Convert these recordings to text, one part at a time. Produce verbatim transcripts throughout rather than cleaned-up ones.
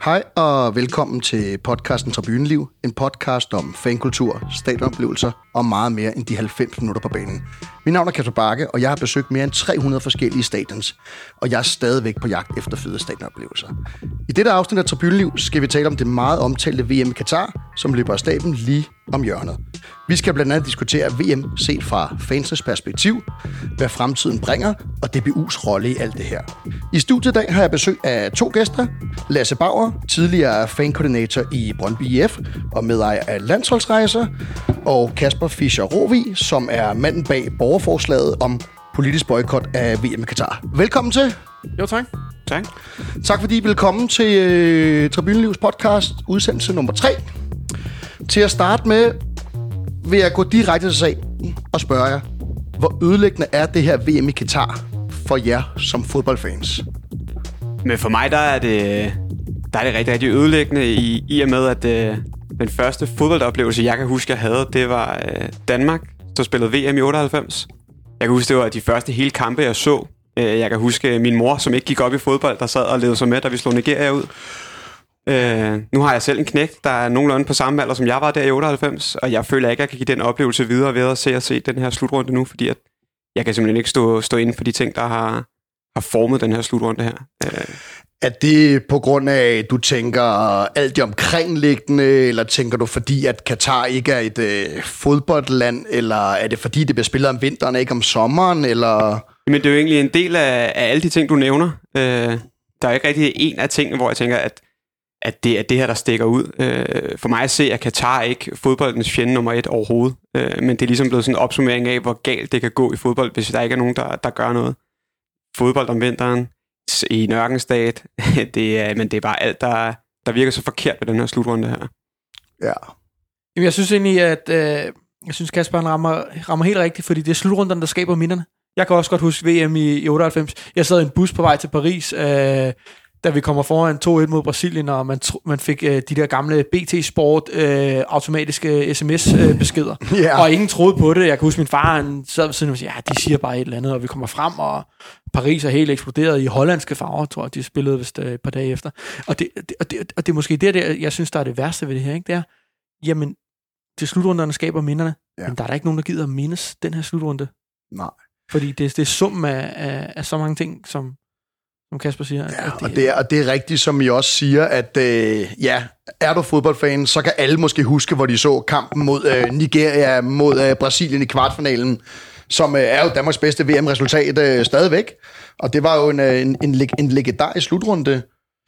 Hej og velkommen til podcasten Tribuneliv, en podcast om fankultur, stadionoplevelser og meget mere end de halvfems minutter på banen. Mit navn er Kasper Bakke, og jeg har besøgt mere end tre hundrede forskellige stadions, og jeg er stadigvæk på jagt efter fede stadionoplevelser. I dette afsnit af Tribuneliv skal vi tale om det meget omtalte V M i Katar, som løber af stablen lige om hjørnet. Vi skal blandt andet diskutere V M set fra fansens perspektiv, hvad fremtiden bringer, og D B U's rolle i alt det her. I studiet i dag har jeg besøg af to gæster. Lasse Bauer, tidligere fankoordinator i Brøndby I F og medejer af Landsholdsrejser, og Kasper Fischer-Rovig, som er manden bag borgerforslaget om politisk boykot af V M i Katar. Velkommen til. Jo, tak. Tak. Tak fordi I vil komme til øh, Tribunelivs podcast, udsendelse nummer tre. Til at starte med vil jeg gå direkte til sagen og spørge jer, hvor ødelæggende er det her V M i Katar for jer som fodboldfans? Men for mig, der er det, der er det rigtig, rigtig ødelæggende i, i og med, at øh, den første fodboldoplevelse, jeg kan huske, jeg havde, det var øh, Danmark, der spillede V M i otteoghalvfems. Jeg kan huske, det var de første hele kampe, jeg så. Jeg kan huske min mor, som ikke gik op i fodbold, der sad og levede sig med, da vi slog Nigeria ud. Øh, nu har jeg selv en knægt, der er nogenlunde på samme alder, som jeg var der i otteoghalvfems, og jeg føler ikke, at jeg kan give den oplevelse videre ved at se og se den her slutrunde nu, fordi at jeg kan simpelthen ikke stå, stå inden for de ting, der har, har formet den her slutrunde her. Øh. Er det på grund af, at du tænker alt det omkringliggende, eller tænker du fordi, at Katar ikke er et øh, fodboldland, eller er det fordi, det bliver spillet om vinteren, ikke om sommeren, eller... Men det er jo egentlig en del af, af alle de ting, du nævner. Øh, der er ikke rigtig en af tingene, hvor jeg tænker, at, at det er det her, der stikker ud. Øh, for mig at se, at Katar ikke fodboldens fjende nummer et overhovedet. Øh, men det er ligesom blevet sådan en opsummering af, hvor galt det kan gå i fodbold, hvis der ikke er nogen, der, der gør noget. Fodbold om vinteren, i en ørkenstat, det er, men det er bare alt, der, der virker så forkert ved den her slutrunde her. Ja. Jamen, jeg synes egentlig, at øh, jeg synes, Kasper rammer, rammer helt rigtigt, fordi det er slutrunden, der skaber minderne. Jeg kan også godt huske V M i, i otteoghalvfems. Jeg sad i en bus på vej til Paris, øh, da vi kommer foran to et mod Brasilien, og man, tro, man fik øh, de der gamle B T Sport øh, automatiske sms-beskeder. Øh, yeah. Og ingen troede på det. Jeg kan huske, min far han sad ved siden og sagde, ja, de siger bare et eller andet, og vi kommer frem, og Paris er helt eksploderet i hollandske farver, tror jeg, de spillede vist øh, et par dage efter. Og det, det, og det, og det er måske det, der, jeg synes, der er det værste ved det her, ikke? Det er, jamen, det slutrunderne skaber minderne, ja. Men der er der ikke nogen, der gider at mindes den her slutrunde. Nej. Fordi det, det er summen af, af, af så mange ting, som, som Kasper siger. Ja, det, og, det er, og det er rigtigt, som I også siger, at øh, ja, er du fodboldfan, så kan alle måske huske, hvor de så kampen mod øh, Nigeria, mod øh, Brasilien i kvartfinalen, som øh, er jo Danmarks bedste V M-resultat øh, stadigvæk. Og det var jo en, en, en, en legendarisk slutrunde.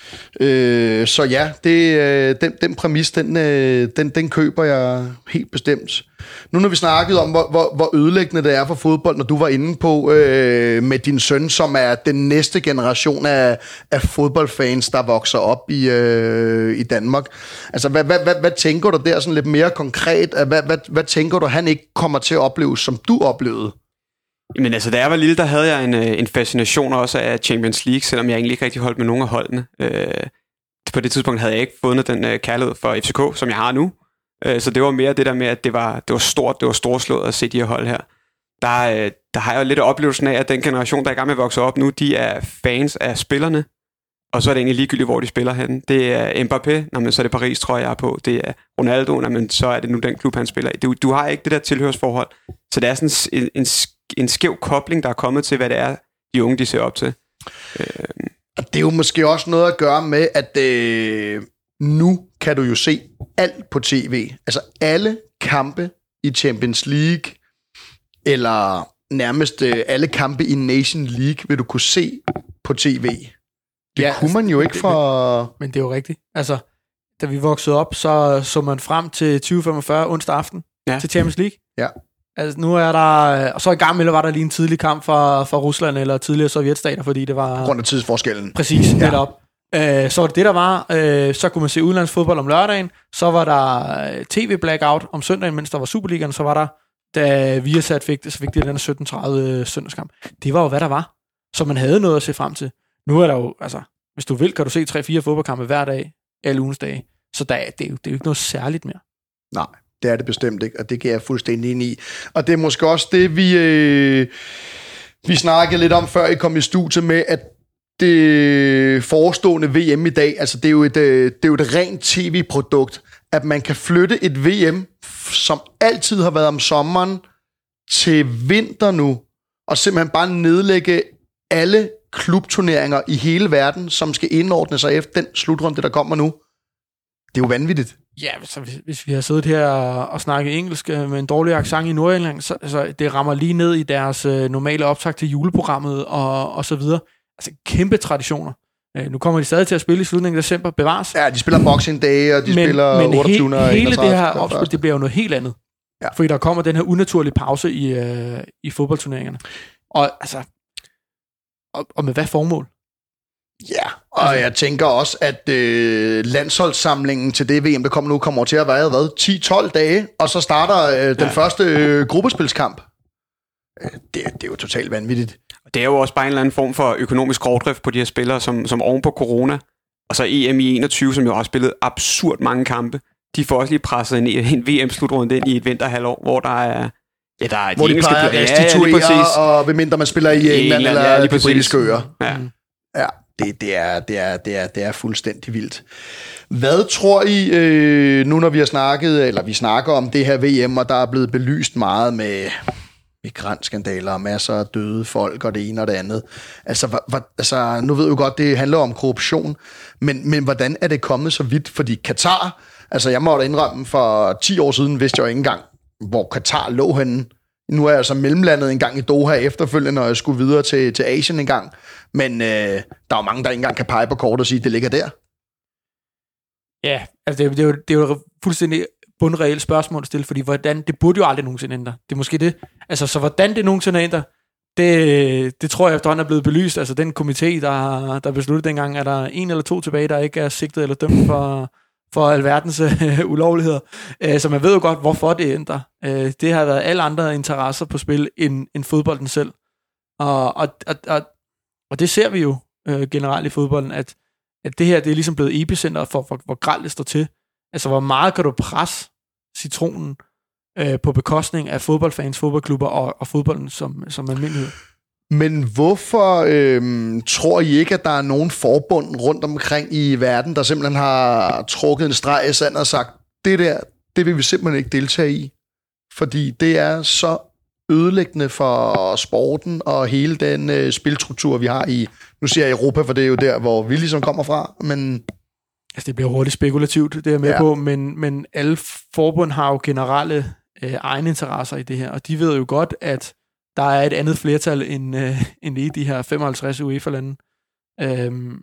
Øh, så ja, det, øh, den, den præmis, den, øh, den, den køber jeg helt bestemt. Nu når vi snakkede om, hvor, hvor, hvor ødelæggende det er for fodbold, når du var inde på øh, med din søn, som er den næste generation af, af fodboldfans, der vokser op i, øh, i Danmark. Altså, hvad, hvad, hvad, hvad tænker du der sådan lidt mere konkret? Hvad, hvad, hvad tænker du, han ikke kommer til at opleve, som du oplevede? Men altså, da jeg var lille, der havde jeg en, en fascination også af Champions League, selvom jeg egentlig ikke rigtig holdt med nogen af holdene. Øh, på det tidspunkt havde jeg ikke fundet den øh, kærlighed for F C K, som jeg har nu. Øh, så det var mere det der med, at det var, det var stort, det var storslået at se de her hold her. Der, øh, der har jeg jo lidt oplevelsen af, at den generation, der er i gang med at vokse op nu, de er fans af spillerne, og så er det egentlig ligegyldigt, hvor de spiller henne. Det er Mbappé, nå, men så er det Paris, tror jeg, jeg er på. Det er Ronaldo, nå, men så er det nu den klub, han spiller i. Du, du har ikke det der tilhørsforhold. Så det er sådan en, en en skæv kobling, der er kommet til, hvad det er, de unge, de ser op til. Øh. Og det er jo måske også noget at gøre med, at øh, nu kan du jo se alt på tv. Altså alle kampe i Champions League, eller nærmest øh, alle kampe i Nation League, vil du kunne se på tv. Det ja, kunne man jo ikke for... Men, men det er jo rigtigt. Altså, da vi voksede op, så så man frem til tyve femogfyrre onsdag aften ja. Til Champions League. Ja. Altså nu er der, og så i gang med, var der lige en tidlig kamp fra, fra Rusland eller tidligere sovjetstater, fordi det var... På grund af tidsforskellen. Præcis, netop. op. Øh, så var det det, der var. Øh, så kunne man se udenlandsfodbold om lørdagen. Så var der tv-blackout om søndagen, mens der var Superligaen. Så var der, da Viasat fik det, så fik det den sytten tredive søndagskamp. Det var jo, hvad der var. Så man havde noget at se frem til. Nu er der jo, altså, hvis du vil, kan du se tre fire fodboldkampe hver dag, alle ugens dage. Så der, det, er jo, det er jo ikke noget særligt mere. Nej. Det er det bestemt ikke, og det kan jeg fuldstændig ind i. Og det er måske også det, vi, øh, vi snakkede lidt om, før I kom i studiet med, at det forestående V M i dag, altså det er jo et, det er jo et rent tv-produkt, at man kan flytte et V M, som altid har været om sommeren, til vinter nu, og simpelthen bare nedlægge alle klubturneringer i hele verden, som skal indordne sig efter den slutrunde, der kommer nu. Det er jo vanvittigt. Ja, så hvis, hvis vi har siddet her og, og snakket engelsk med en dårlig accent i Nordjylland, så, så det rammer lige ned i deres øh, normale optag til juleprogrammet og, og så videre. Altså kæmpe traditioner. Øh, nu kommer de stadig til at spille i slutningen af december, bevares. Ja, de spiller Boxing Day, og de men, spiller men otteogtyvende he, hele det her opspil, opspil, det bliver jo noget helt andet. Ja. Fordi der kommer den her unaturlige pause i, øh, i fodboldturneringerne. Og altså, og, og med hvad formål? Ja, og altså, jeg tænker også, at øh, landsholdssamlingen til det V M, der kommer nu, kommer til at være hvad, ti tolv dage, og så starter øh, den ja. første øh, gruppespilskamp. Øh, det, det er jo totalt vanvittigt. Det er jo også bare en eller anden form for økonomisk rovdrift på de her spillere, som, som oven på corona, og så E M i enogtyve, som jo har spillet absurd mange kampe. De får også lige presset en, en V M-slutrunde ind i et vinterhalvår, hvor der er... Ja, der er hvor de, de plejer at restituere, ja, ja, og hvem mindre man spiller i England, England eller ja, de britiske øer. Ja. Ja, det, det, er, det, er, det, er, det er fuldstændig vildt. Hvad tror I, øh, nu når vi har snakket, eller vi snakker om det her V M, og der er blevet belyst meget med migrantskandaler og masser af døde folk og det ene og det andet. Altså, hva, hva, altså nu ved jeg jo godt, det handler om korruption, men, men hvordan er det kommet så vidt? Fordi Katar, altså jeg må da indrømme, for ti år siden vidste jeg jo ikke engang, hvor Katar lå henne. Nu er jeg altså mellemlandet en gang i Doha efterfølgende, når jeg skulle videre til, til Asien en gang. Men øh, der er jo mange, der ikke engang kan pege på kort og sige, at det ligger der. Ja, altså det, det, er, jo, det er jo fuldstændig bundreelt spørgsmål at stille, fordi hvordan, det burde jo aldrig nogensinde ændre. Det er måske det. Altså, så hvordan det nogensinde ændrer, det, det tror jeg efterhånden er blevet belyst. Altså den komité, der, der besluttede dengang, er der en eller to tilbage, der ikke er sigtet eller dømt for... for alverdens øh, ulovligheder. Øh, så man ved jo godt, hvorfor det ændrer. Øh, det har været alle andre interesser på spil, end, end fodbolden selv. Og, og, og, og, og det ser vi jo øh, generelt i fodbolden, at, at det her, det er ligesom blevet epicenter for, for hvor grelt det står til. Altså, hvor meget kan du presse citronen øh, på bekostning af fodboldfans, fodboldklubber og, og fodbolden som, som almindelighed. Men hvorfor øhm, tror I ikke, at der er nogen forbund rundt omkring i verden, der simpelthen har trukket en streg i sand og sagt, det der, det vil vi simpelthen ikke deltage i? Fordi det er så ødelæggende for sporten og hele den øh, spilstruktur, vi har i, nu siger jeg Europa, for det er jo der, hvor vi ligesom kommer fra, men... Altså, det bliver hurtigt spekulativt, det er jeg med ja. på, men, men alle forbund har jo generelle øh, egne interesser i det her, og de ved jo godt, at der er et andet flertal end, øh, end i de her femoghalvtreds UEFA-lande. Øhm,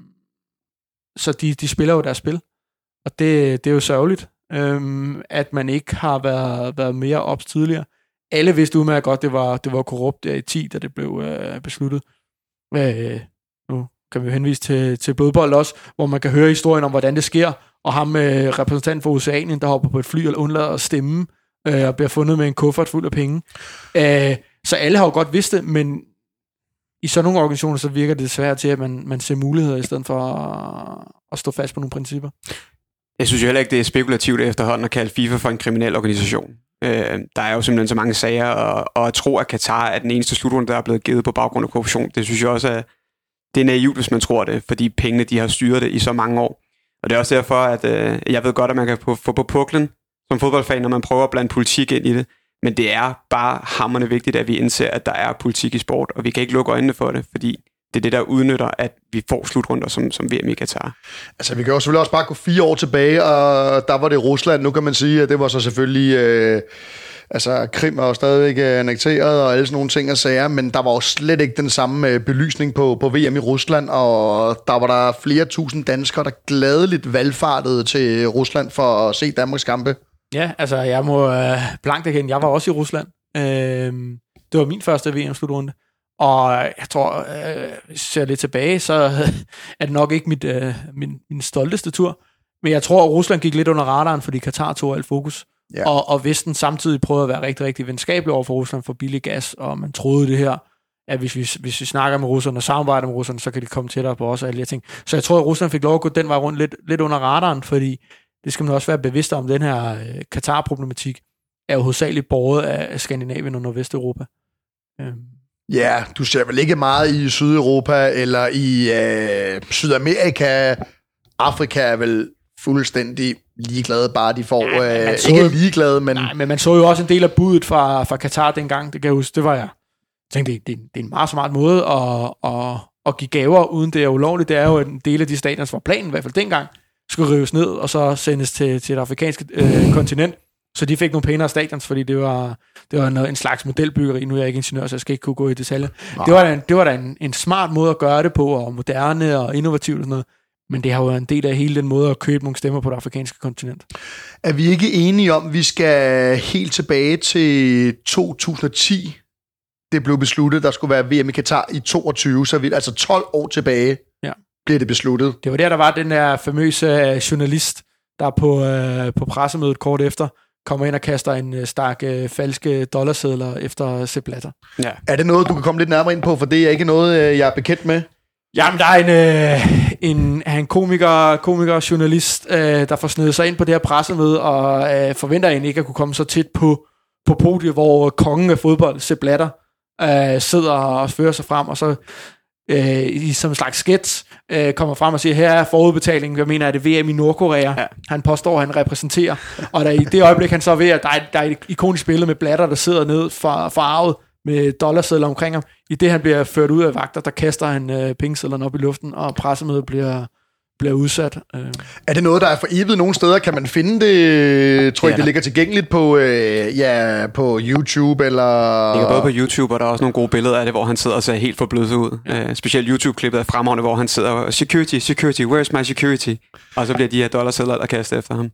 så de, de spiller jo deres spil. Og det, det er jo sørgeligt, øhm, at man ikke har været, været mere ops tidligere. Alle vidste udmærket godt, det var, det var korrupt der i ti, da det blev øh, besluttet. Øh, nu kan vi jo henvise til, til blodbold også, hvor man kan høre historien om, hvordan det sker, og ham med øh, repræsentanten for Oceanien, der hopper på et fly og undlader at stemme, øh, og bliver fundet med en kuffert fuld af penge. Øh, Så alle har jo godt vidst det, men i sådan nogle organisationer, så virker det desværre til, at man, man ser muligheder, i stedet for at, at stå fast på nogle principper. Jeg synes jo heller ikke, det er spekulativt efterhånden at kalde FIFA for en kriminel organisation. Øh, der er jo simpelthen så mange sager, og, og at tro, at Katar er den eneste slutrunde, der er blevet givet på baggrund af korruption, det synes jeg også er, det er naivt, hvis man tror det, fordi pengene, de har styret det i så mange år. Og det er også derfor, at øh, jeg ved godt, at man kan få, få på puklen som fodboldfan, når man prøver at blande politik ind i det. Men det er bare hamrende vigtigt, at vi indser, at der er politik i sport, og vi kan ikke lukke øjnene for det, fordi det er det, der udnytter, at vi får slutrunder som, som V M i Katar. Altså, vi kan jo selvfølgelig også bare gå fire år tilbage, og der var det Rusland. Nu kan man sige, at det var så selvfølgelig... Øh, altså, Krim er jo stadigvæk annekteret, og alle sådan nogle ting og sager, men der var jo slet ikke den samme belysning på, på V M i Rusland, og der var der flere tusind danskere, der gladeligt valgfartede til Rusland for at se Danmarks kampe. Ja, altså jeg må øh, blankt erkende, jeg var også i Rusland. Øh, det var min første V M-slutrunde. Og jeg tror, øh, hvis jeg ser lidt tilbage, så er det nok ikke mit, øh, min, min stolteste tur. Men jeg tror, at Rusland gik lidt under radaren, fordi Katar tog alt fokus. Ja. Og, og Vesten samtidig prøvede at være rigtig, rigtig venskabelig over for Rusland for billig gas. Og man troede det her, at hvis vi, hvis vi snakker med russerne og samarbejder med russerne, så kan de komme tættere på os og alle de her ting. Så jeg tror, at Rusland fik lov at gå den vej rundt lidt, lidt under radaren, fordi det skal man også være bevidst om. Den her øh, Katar-problematik er jo hovedsageligt båret af Skandinavien og Nordvesteuropa. Øhm. Ja, du ser vel ikke meget i Sydeuropa eller i øh, Sydamerika. Afrika er vel fuldstændig ligeglade, bare de får... Ja, øh, så, ikke ligeglade, men... Nej, men man så jo også en del af budet fra, fra Katar dengang, det kan jeg huske, det var jeg. Jeg tænkte, det, det, det er en meget smart måde at, at, at give gaver, uden det er ulovligt. Det er jo en del af de stadions, hvor planen i hvert fald dengang skulle rives ned, og så sendes til, til det afrikanske øh, kontinent. Så de fik nogle pænere stadions, fordi det var, det var en, en slags modelbyggeri. Nu er jeg ikke ingeniør, så jeg skal ikke kunne gå i detaljer. Nej. Det var da, en, det var da en, en smart måde at gøre det på, og moderne og innovativt og sådan noget. Men det har jo været en del af hele den måde at købe nogle stemmer på det afrikanske kontinent. Er vi ikke enige om, at vi skal helt tilbage til to tusind og ti? Det blev besluttet, der skulle være V M i Katar i toogtyve, så vi, altså tolv år tilbage ja. blev det besluttet. Det var der, der var den der famøse journalist, der på, øh, på pressemødet kort efter kommer ind og kaster en øh, stak øh, falske dollarsedler efter Sepp Blatter. Ja. Er det noget, du kan komme lidt nærmere ind på, for det er ikke noget, øh, jeg er bekendt med? Jamen, der er en, øh, en, en komiker, komiker journalist, øh, der får snedet sig ind på det her pressemøde, og øh, forventer egentlig ikke at kunne komme så tæt på, på podiet, hvor kongen af fodbold, Sepp Blatter, øh, sidder og fører sig frem, og så øh, i som en slags sketch øh, kommer frem og siger, her er forudbetalingen, jeg mener, er det V M i Nordkorea, ja. Han påstår, at han repræsenterer, og der, i det øjeblik, han så er ved, at der er, der er et ikonisk billede med Blatter, der sidder ned for, for arvet, med dollarsedler omkring ham. I det, han bliver ført ud af vagter, der kaster han øh, pengesedlerne op i luften, og pressemødet bliver, bliver udsat. Øh. Er det noget, der er for evigt nogle steder? Kan man finde det? Tror I, ja, det ligger tilgængeligt på, øh, ja, på YouTube? Eller? Det ligger både på YouTube, og der er også nogle gode billeder af det, hvor han sidder og ser helt forblødet ud. Ja. Uh, specielt YouTube-klippet er fremragende, hvor han sidder og, security, security, where's my security? Og så bliver de her dollarsedler, der kastet efter ham.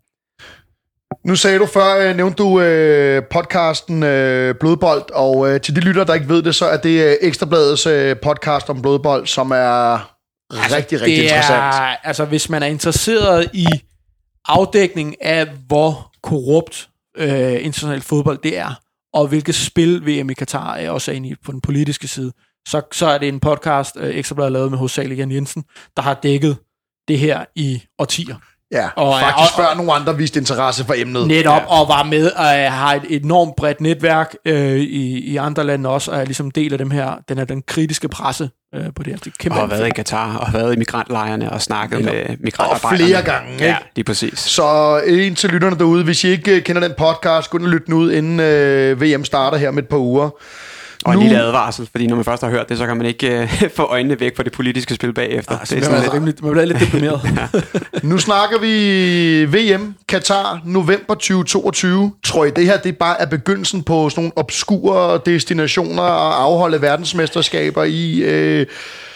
Nu sagde du før, øh, nævnte du øh, podcasten øh, Blodbold, og øh, til de lyttere, der ikke ved det, så er det øh, Ekstrabladets øh, podcast om blodbold, som er altså, rigtig, rigtig det interessant. Er, altså, hvis man er interesseret i afdækning af, hvor korrupt øh, international fodbold det er, og hvilket spil V M i Katar er også inde i på den politiske side, så, så er det en podcast, øh, Ekstrabladet lavet med hovedsageligt Jan Jensen, der har dækket det her i årtier. Ja, og faktisk før nogle andre viste interesse for emnet. Netop, ja. Og var med og har et enormt bredt netværk øh, i, i andre lande også, og er ligesom del af dem her, den er den kritiske presse øh, på det her. Det kæmpe og har været i Katar, og har været i migrantlejrene og snakket Netop. med migrantarbejderne. Og flere gange, ikke? Ja, lige præcis. Så en til lytterne derude, hvis I ikke kender den podcast, gå ind og lytte den ud, inden øh, V M starter her med et par uger. Og en lille advarsel, fordi når man først har hørt det, så kan man ikke øh, få øjnene væk fra det politiske spil bagefter. Ah, det er sådan lidt, rimelig, man bliver lidt deprimeret. Ja. Nu snakker vi V M, Katar, november tyve toogtyve. Tror I, det her det bare er begyndelsen på sådan nogle obskure destinationer og afholde verdensmesterskaber i? Øh,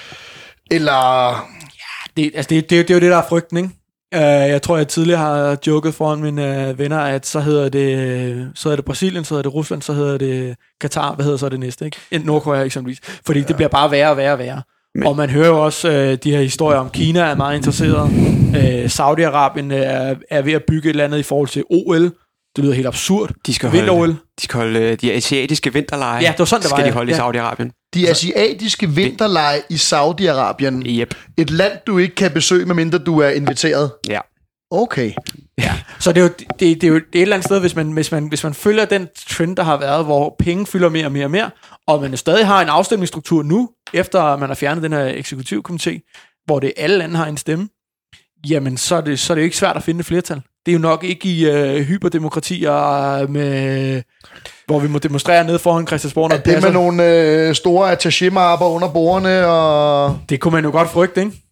eller... Ja, det, altså det, det, det er jo det, der er frygten, ikke? Uh, jeg tror, jeg tidligere har joket foran mine uh, venner, at så hedder det så hedder det Brasilien, så hedder det Rusland, så hedder det Katar, hvad hedder så det næste, ikke? Nordkorea eksempelvis. Fordi ja. det bliver bare værre og værre og værre. Men. Og man hører jo også uh, de her historier om, Kina er meget interesseret. Uh, Saudi-Arabien er, er ved at bygge et eller andet i forhold til O L. Det lyder helt absurd. De skal holde, de skal holde de asiatiske vinterlege. Ja, det var sådan, det var, skal de holde ja. i Saudi-Arabien. De asiatiske vinterlege i Saudi-Arabien. Yep. Et land, du ikke kan besøge, medmindre du er inviteret. Ja. Okay. Ja. Så det er jo, det, det er jo et eller andet sted, hvis man, hvis, man, hvis man følger den trend, der har været, hvor penge fylder mere og mere og mere, og man stadig har en afstemningsstruktur nu, efter man har fjernet den her eksekutivkomité, hvor det alle lande har en stemme, jamen så er det, så er det jo ikke svært at finde et flertal. Det er jo nok ikke i øh, hyperdemokratier, med, hvor vi må demonstrere nede foran Christiansborg. Er det passer. Med nogle øh, store attaché-mapper under bordene? Og... Det kunne man jo godt frygte, ikke?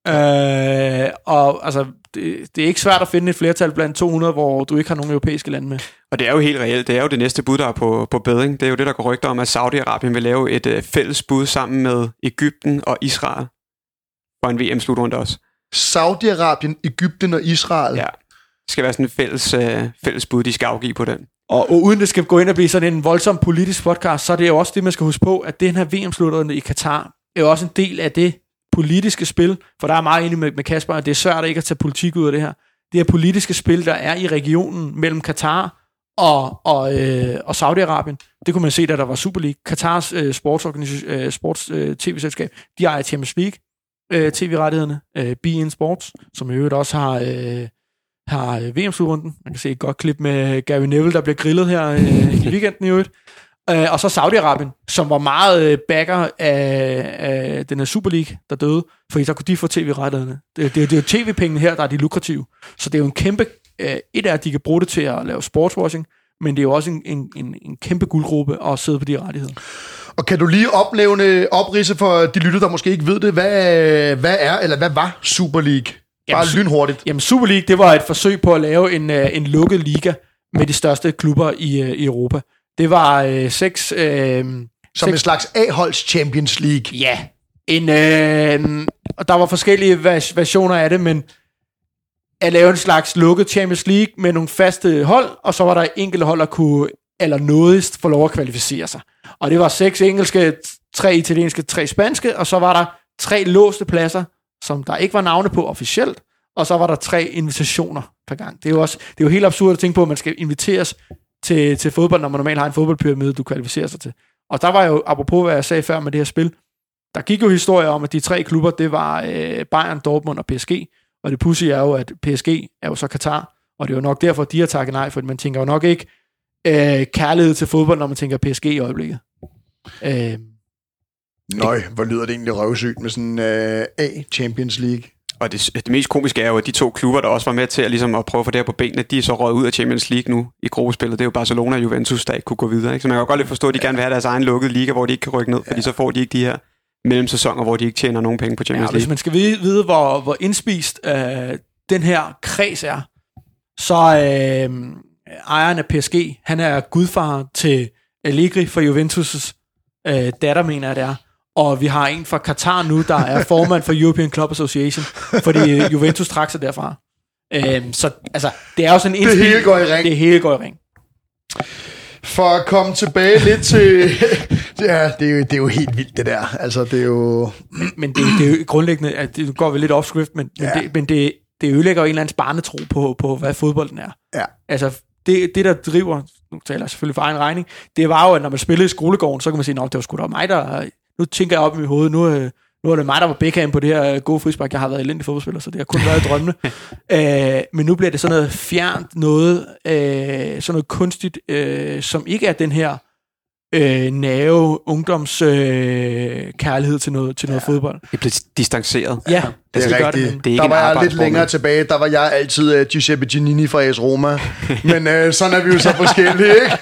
Øh, og altså, det, det er ikke svært at finde et flertal blandt to hundrede, hvor du ikke har nogen europæiske lande med. Og det er jo helt reelt. Det er jo det næste bud, der er på, på bedring. Det er jo det, der går rygter om, at Saudi-Arabien vil lave et øh, fælles bud sammen med Egypten og Israel for en V M-slutrunde også. Saudi-Arabien, Egypten og Israel? Ja. Det skal være sådan et fælles, øh, fælles bud, de skal afgive på den. Og, og uden det skal gå ind og blive sådan en voldsom politisk podcast, så er det jo også det, man skal huske på, at den her V M-slutrunde i Katar er jo også en del af det politiske spil, for der er meget enig med, med Kasper, at det er svært ikke at tage politik ud af det her. Det her politiske spil, der er i regionen mellem Katar og, og, øh, og Saudi-Arabien, det kunne man se, da der var Super League. Katars øh, sportsorganisation, øh, sports øh, tv-selskab, de ejer Champions League øh, tv-rettighederne, øh, Be In Sports, som i øvrigt også har... Øh, har V M-slutrunden. Man kan se et godt klip med Gary Neville, der bliver grillet her øh, i weekenden i øvrigt. Øh, og så Saudi-Arabien, som var meget øh, backer af, af den her Super League, der døde, fordi så kunne de få tv-retterne. Det, det, det er jo tv-pengene her, der er de lukrative. Så det er jo en kæmpe... Øh, et er, at de kan bruge det til at lave sportswashing, men det er jo også en, en, en, en kæmpe guldgruppe at sidde på de rettigheder. Og kan du lige oplevende opridse for de lytter, der måske ikke ved det, hvad, hvad er, eller hvad var Super League? Bare jamen, lynhurtigt. Jamen Super League, det var et forsøg på at lave en, en lukket liga med de største klubber i, i Europa. Det var øh, seks... Øh, Som seks, en slags A-holds Champions League. Ja. En, øh, og der var forskellige versioner af det, men at lave en slags lukket Champions League med nogle faste hold, og så var der enkelte hold, der kunne allernådigst få lov at kvalificere sig. Og det var seks engelske, tre italienske, tre spanske, og så var der tre låste pladser, som der ikke var navne på officielt, og så var der tre invitationer per gang. Det er jo også det er jo helt absurd at tænke på, at man skal inviteres til, til fodbold, når man normalt har en fodboldpyramide, du kvalificerer sig til. Og der var jo, apropos hvad jeg sagde før med det her spil, der gik jo historier om, at de tre klubber, det var øh, Bayern, Dortmund og P S G, og det pudsige er jo, at P S G er jo så Katar, og det er jo nok derfor, de har takket nej, for man tænker jo nok ikke øh, kærlighed til fodbold, når man tænker P S G i øjeblikket. Øh, Nøj, hvor lyder det egentlig røvsygt med sådan øh, A-Champions League. Og det, det mest komiske er jo, at de to klubber, der også var med til at, ligesom, at prøve at få det her på benene, de er så røget ud af Champions League nu i gruppespillet. Det er jo Barcelona og Juventus, der ikke kunne gå videre. Ikke? Så man kan jo godt lidt forstå, at de ja. gerne vil have deres egen lukkede liga, hvor de ikke kan rykke ned, fordi ja. så får de ikke de her mellemsæsoner, hvor de ikke tjener nogen penge på Champions ja, League. Hvis man skal vide, vide hvor, hvor indspist øh, den her kreds er, så øh, ejeren af P S G, han er gudfar til Allegri for Juventus' øh, datter, mener jeg det er. Og vi har en fra Katar nu, der er formand for European Club Association, fordi Juventus trak sig derfra. Øhm, så altså, det er jo sådan en indspil. Det hele går i ring. Det hele går i ring. For at komme tilbage lidt til... ja, det er, jo, det er jo helt vildt, det der. Altså, det er jo... Men det, det er jo grundlæggende, at det går vel lidt off-script, men, ja. men, det, men det, det ødelægger jo en eller anden barnetro på, på, hvad fodbolden er. Ja. Altså, det, det der driver, nu taler jeg selvfølgelig for egen regning, det var jo, at når man spillede i skolegården, så kan man sige, at det var sgu da mig, der... Nu tænker jeg op i mit hoved, nu, nu er det mig, der var Beckham på det her gode frispark. Jeg har været elendig fodboldspiller, så det har kun været drømmende. øh, men nu bliver det sådan noget fjernt noget, øh, sådan noget kunstigt, øh, som ikke er den her øh, nave ungdoms øh, kærlighed til noget, til noget ja. fodbold. Det bliver distanceret. Ja, det er rigtigt. Det, det er der var jeg lidt længere tilbage, der var jeg altid uh, Giuseppe Giannini fra A S Roma. Men uh, sådan er vi jo så forskellige, ikke?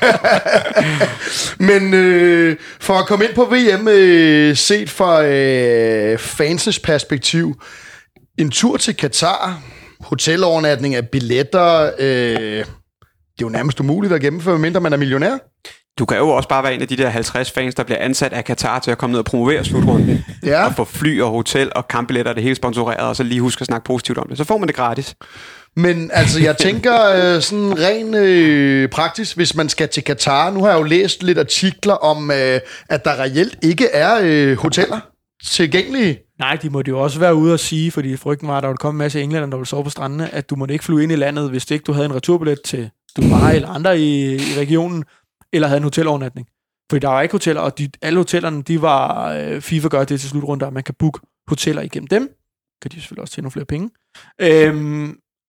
Men uh, for at komme ind på V M, uh, set fra uh, fansens perspektiv, en tur til Katar, hotelovernatning af billetter, uh, det er jo nærmest umuligt at gennemføre, mindre man er millionær. Du kan jo også bare være en af de der halvtreds fans, der bliver ansat af Katar til at komme ned og promovere slutrunden. Ja. Og få fly og hotel og kampbilletter, det hele sponsoreret, og så lige huske at snakke positivt om det. Så får man det gratis. Men altså, jeg tænker øh, sådan rent øh, praktisk, hvis man skal til Katar. Nu har jeg jo læst lidt artikler om, øh, at der reelt ikke er øh, hoteller tilgængelige. Nej, de måtte jo også være ude og sige, fordi frygten var, at der ville komme en masse englænder, der ville sove på strandene, at du måtte ikke flyve ind i landet, hvis ikke du havde en returbillet til Dubai eller andre i, i regionen, eller havde en hotelovernatning. Fordi der var ikke hoteller, og de, alle hotellerne, de var, øh, FIFA gør det til slutrunder, at man kan booke hoteller igennem dem. Kan de selvfølgelig også tjene nogle flere penge. Øhm,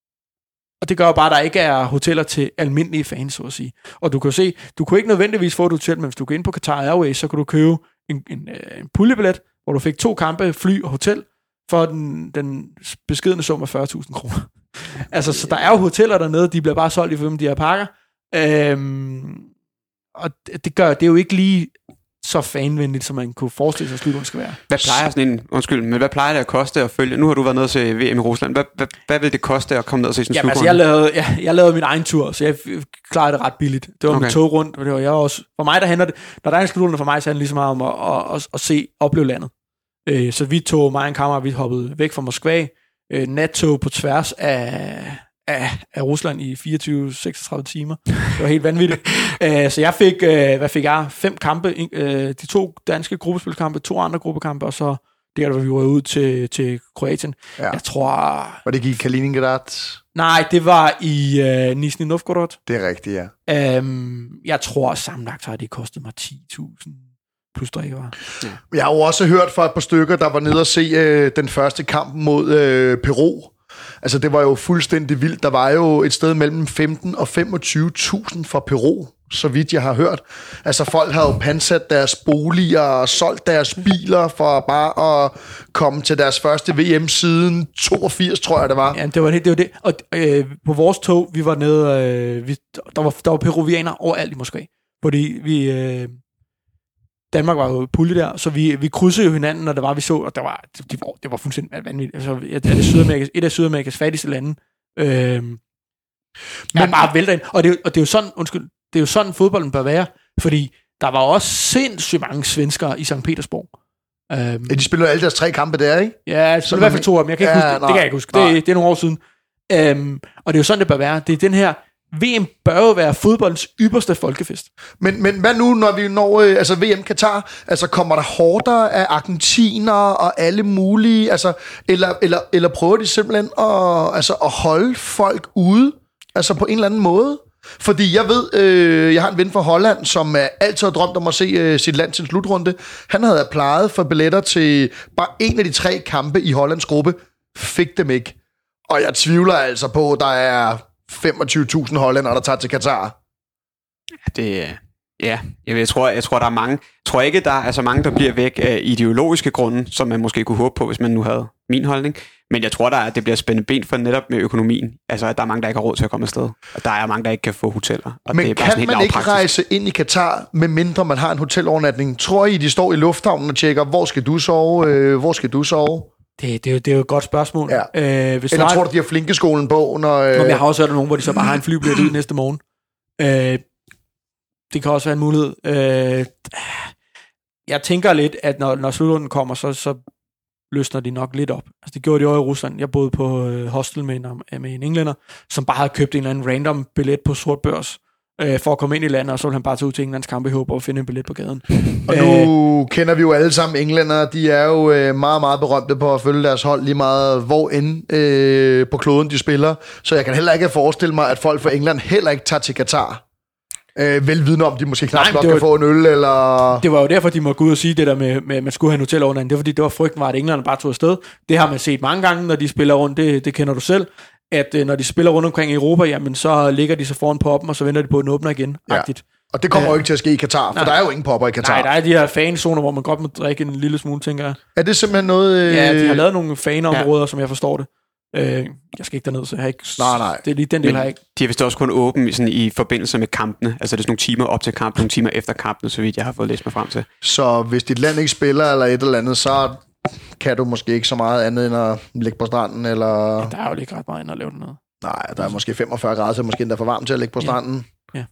og det gør jo bare, at der ikke er hoteller til almindelige fans, så at sige. Og du kan jo se, du kunne ikke nødvendigvis få et hotel, men hvis du går ind på Qatar Airways, så kan du købe en, en, en puljebillet, hvor du fik to kampe, fly og hotel, for den, den beskedne sum af fyrre tusind kroner. Altså, så der er jo hoteller dernede, de bliver bare solgt i for de her pakker. Øhm, og det gør, det er jo ikke lige så fanvenligt, som man kunne forestille sig, at slutrunden skal være. Hvad plejer sådan en, undskyld, men hvad plejer det at koste at følge? Nu har du været nede til V M i Rusland. Hvad, hvad, hvad vil det koste at komme ned og se sådan en Jamen, slutrunde? altså, jeg lavede, jeg, jeg lavede min egen tur, så jeg klarede det ret billigt. Det var okay. Min tog rundt, og det var jeg også. For mig, der handler det, når der er en slutrunde for mig, så handler det lige så meget om at, at, at, at se, opleve landet. Øh, så vi tog, mig og en kammerat, vi hoppede væk fra Moskva, øh, nattog på tværs af... Af, af Rusland i fireogtyve til seksogtredive timer. Det var helt vanvittigt. uh, så jeg fik, uh, hvad fik jeg? Fem kampe. Uh, de to danske gruppespilskampe, to andre gruppekampe, og så der, der vi var ud til, til Kroatien. Ja. Jeg tror... Var det ikke i Kaliningrad? Nej, det var i uh, Nizhny Novgorod. Det er rigtigt, ja. Um, jeg tror, sammenlagt har det kostet mig ti tusind plus drikkevarer. Ja. Jeg har jo også hørt fra et par stykker, der var nede og se uh, den første kamp mod uh, Peru. Altså, det var jo fuldstændig vildt. Der var jo et sted mellem femten og femogtyve tusind fra Peru, så vidt jeg har hørt. Altså folk har jo pansat deres boliger og solgt deres biler for bare at komme til deres første V M siden toogfirs, tror jeg det var. Ja, det var det. det, var det. Og øh, på vores tog, vi var nede, øh, vi, der, var, der var peruvianere overalt i Moskva. Fordi vi... Øh, Danmark var jo pulje der, så vi, vi krydsede jo hinanden, når det var, vi så, og der var, det, var, det var fuldstændig vanvittigt. Altså, det er det Sydamerikas, et af Sydamerikas fattigste lande. Øh, men ja, bare vælter ind. Og det, og det er jo sådan, undskyld, det er jo sådan fodbolden bør være, fordi der var også sindssygt mange svenskere i Sankt Petersborg. Um, ja, de spiller alle deres tre kampe der, ikke? Ja, så i hvert fald to af dem. Jeg kan ikke ja, huske det. Det kan jeg ikke huske. Det, det er nogle år siden. Um, og det er jo sådan, det bør være. Det er den her, V M bør jo være fodboldens ypperste folkefest. Men, men hvad nu, når vi når øh, altså V M Katar? Altså kommer der horder af argentiner og alle mulige, altså, eller, eller, eller prøver de simpelthen at, altså, at holde folk ude, altså på en eller anden måde? Fordi jeg ved, øh, jeg har en ven fra Holland, som øh, altid har drømt om at se øh, sit land til en slutrunde. Han havde applied for billetter til bare en af de tre kampe i Hollands gruppe. Fik dem ikke. Og jeg tvivler altså på, at der er femogtyve tusind hollændere, der tager til Katar. Det, ja, jeg tror, jeg tror, der er mange. Jeg tror ikke, der er så mange, der bliver væk af ideologiske grunde, som man måske kunne håbe på, hvis man nu havde min holdning. Men jeg tror, der er, at det bliver spændende ben for netop med økonomien. Altså, at der er mange, der ikke har råd til at komme afsted. Og der er mange, der ikke kan få hoteller. Og men det er bare kan sådan man helt ikke rejse ind i Katar, med mindre man har en hotelovernatning? Tror I, de står i lufthavnen og tjekker, hvor skal du sove? Øh, hvor skal du sove? Det, det, er jo, det er jo et godt spørgsmål. Ja. Øh, hvis Eller tror du, de har flinkeskolen på? Når, øh... Nå, jeg har også hørt nogen, hvor de så bare har en flybillet ud næste morgen. Øh, det kan også være en mulighed. Øh, jeg tænker lidt, at når, når slutrunden kommer, så, så løsner de nok lidt op. Altså, det gjorde de også i Rusland. Jeg boede på øh, hostel med en, med en englænder, som bare havde købt en eller anden random billet på sort børs, øh, for at komme ind i landet, og så ville han bare tage ud til Englands kamp i håb og finde en billet på gaden. Og nu øh, kender vi jo alle sammen englændere. De er jo øh, meget, meget berømte på at følge deres hold lige meget, hvor end øh, på kloden de spiller. Så jeg kan heller ikke forestille mig, at folk fra England heller ikke tager til Katar. Øh, velvidende om, de måske knap nok kan få en øl, eller... Det var jo derfor, de måtte gå ud og sige det der med, med at man skulle have en hotelovernatning. Det var fordi, det var frygten var, at englænderne bare tog afsted. Det har man set mange gange, når de spiller rundt. Det, det kender du selv. At øh, når de spiller rundt omkring i Europa, jamen så ligger de så foran poppen, og så venter de på, at den åbner igen. Ja. Og det kommer jo ikke til at ske i Katar, for nej. Der er jo ingen popper i Katar. Nej, der er de her fanzoner, hvor man godt må drikke en lille smule, tænker jeg. Er det simpelthen noget... Øh... Ja, de har lavet nogle fanområder, ja. Som jeg forstår det. Øh, jeg skal ikke derned, så jeg har ikke... Nej, nej. Det er lige den del, har jeg ikke. De er vist også kun åbne sådan, i forbindelse med kampene. Altså det er sådan nogle timer op til kampen, nogle timer efter kampen, så vidt jeg har fået læst mig frem til. Så hvis dit land ikke spiller eller et eller andet, så kan du måske ikke så meget andet end at ligge på stranden, eller... Ja, der er jo ikke ret meget end at lave noget. Nej, der er måske femogfyrre grader, så måske endda for varmt til at ligge på ja. stranden. Ja.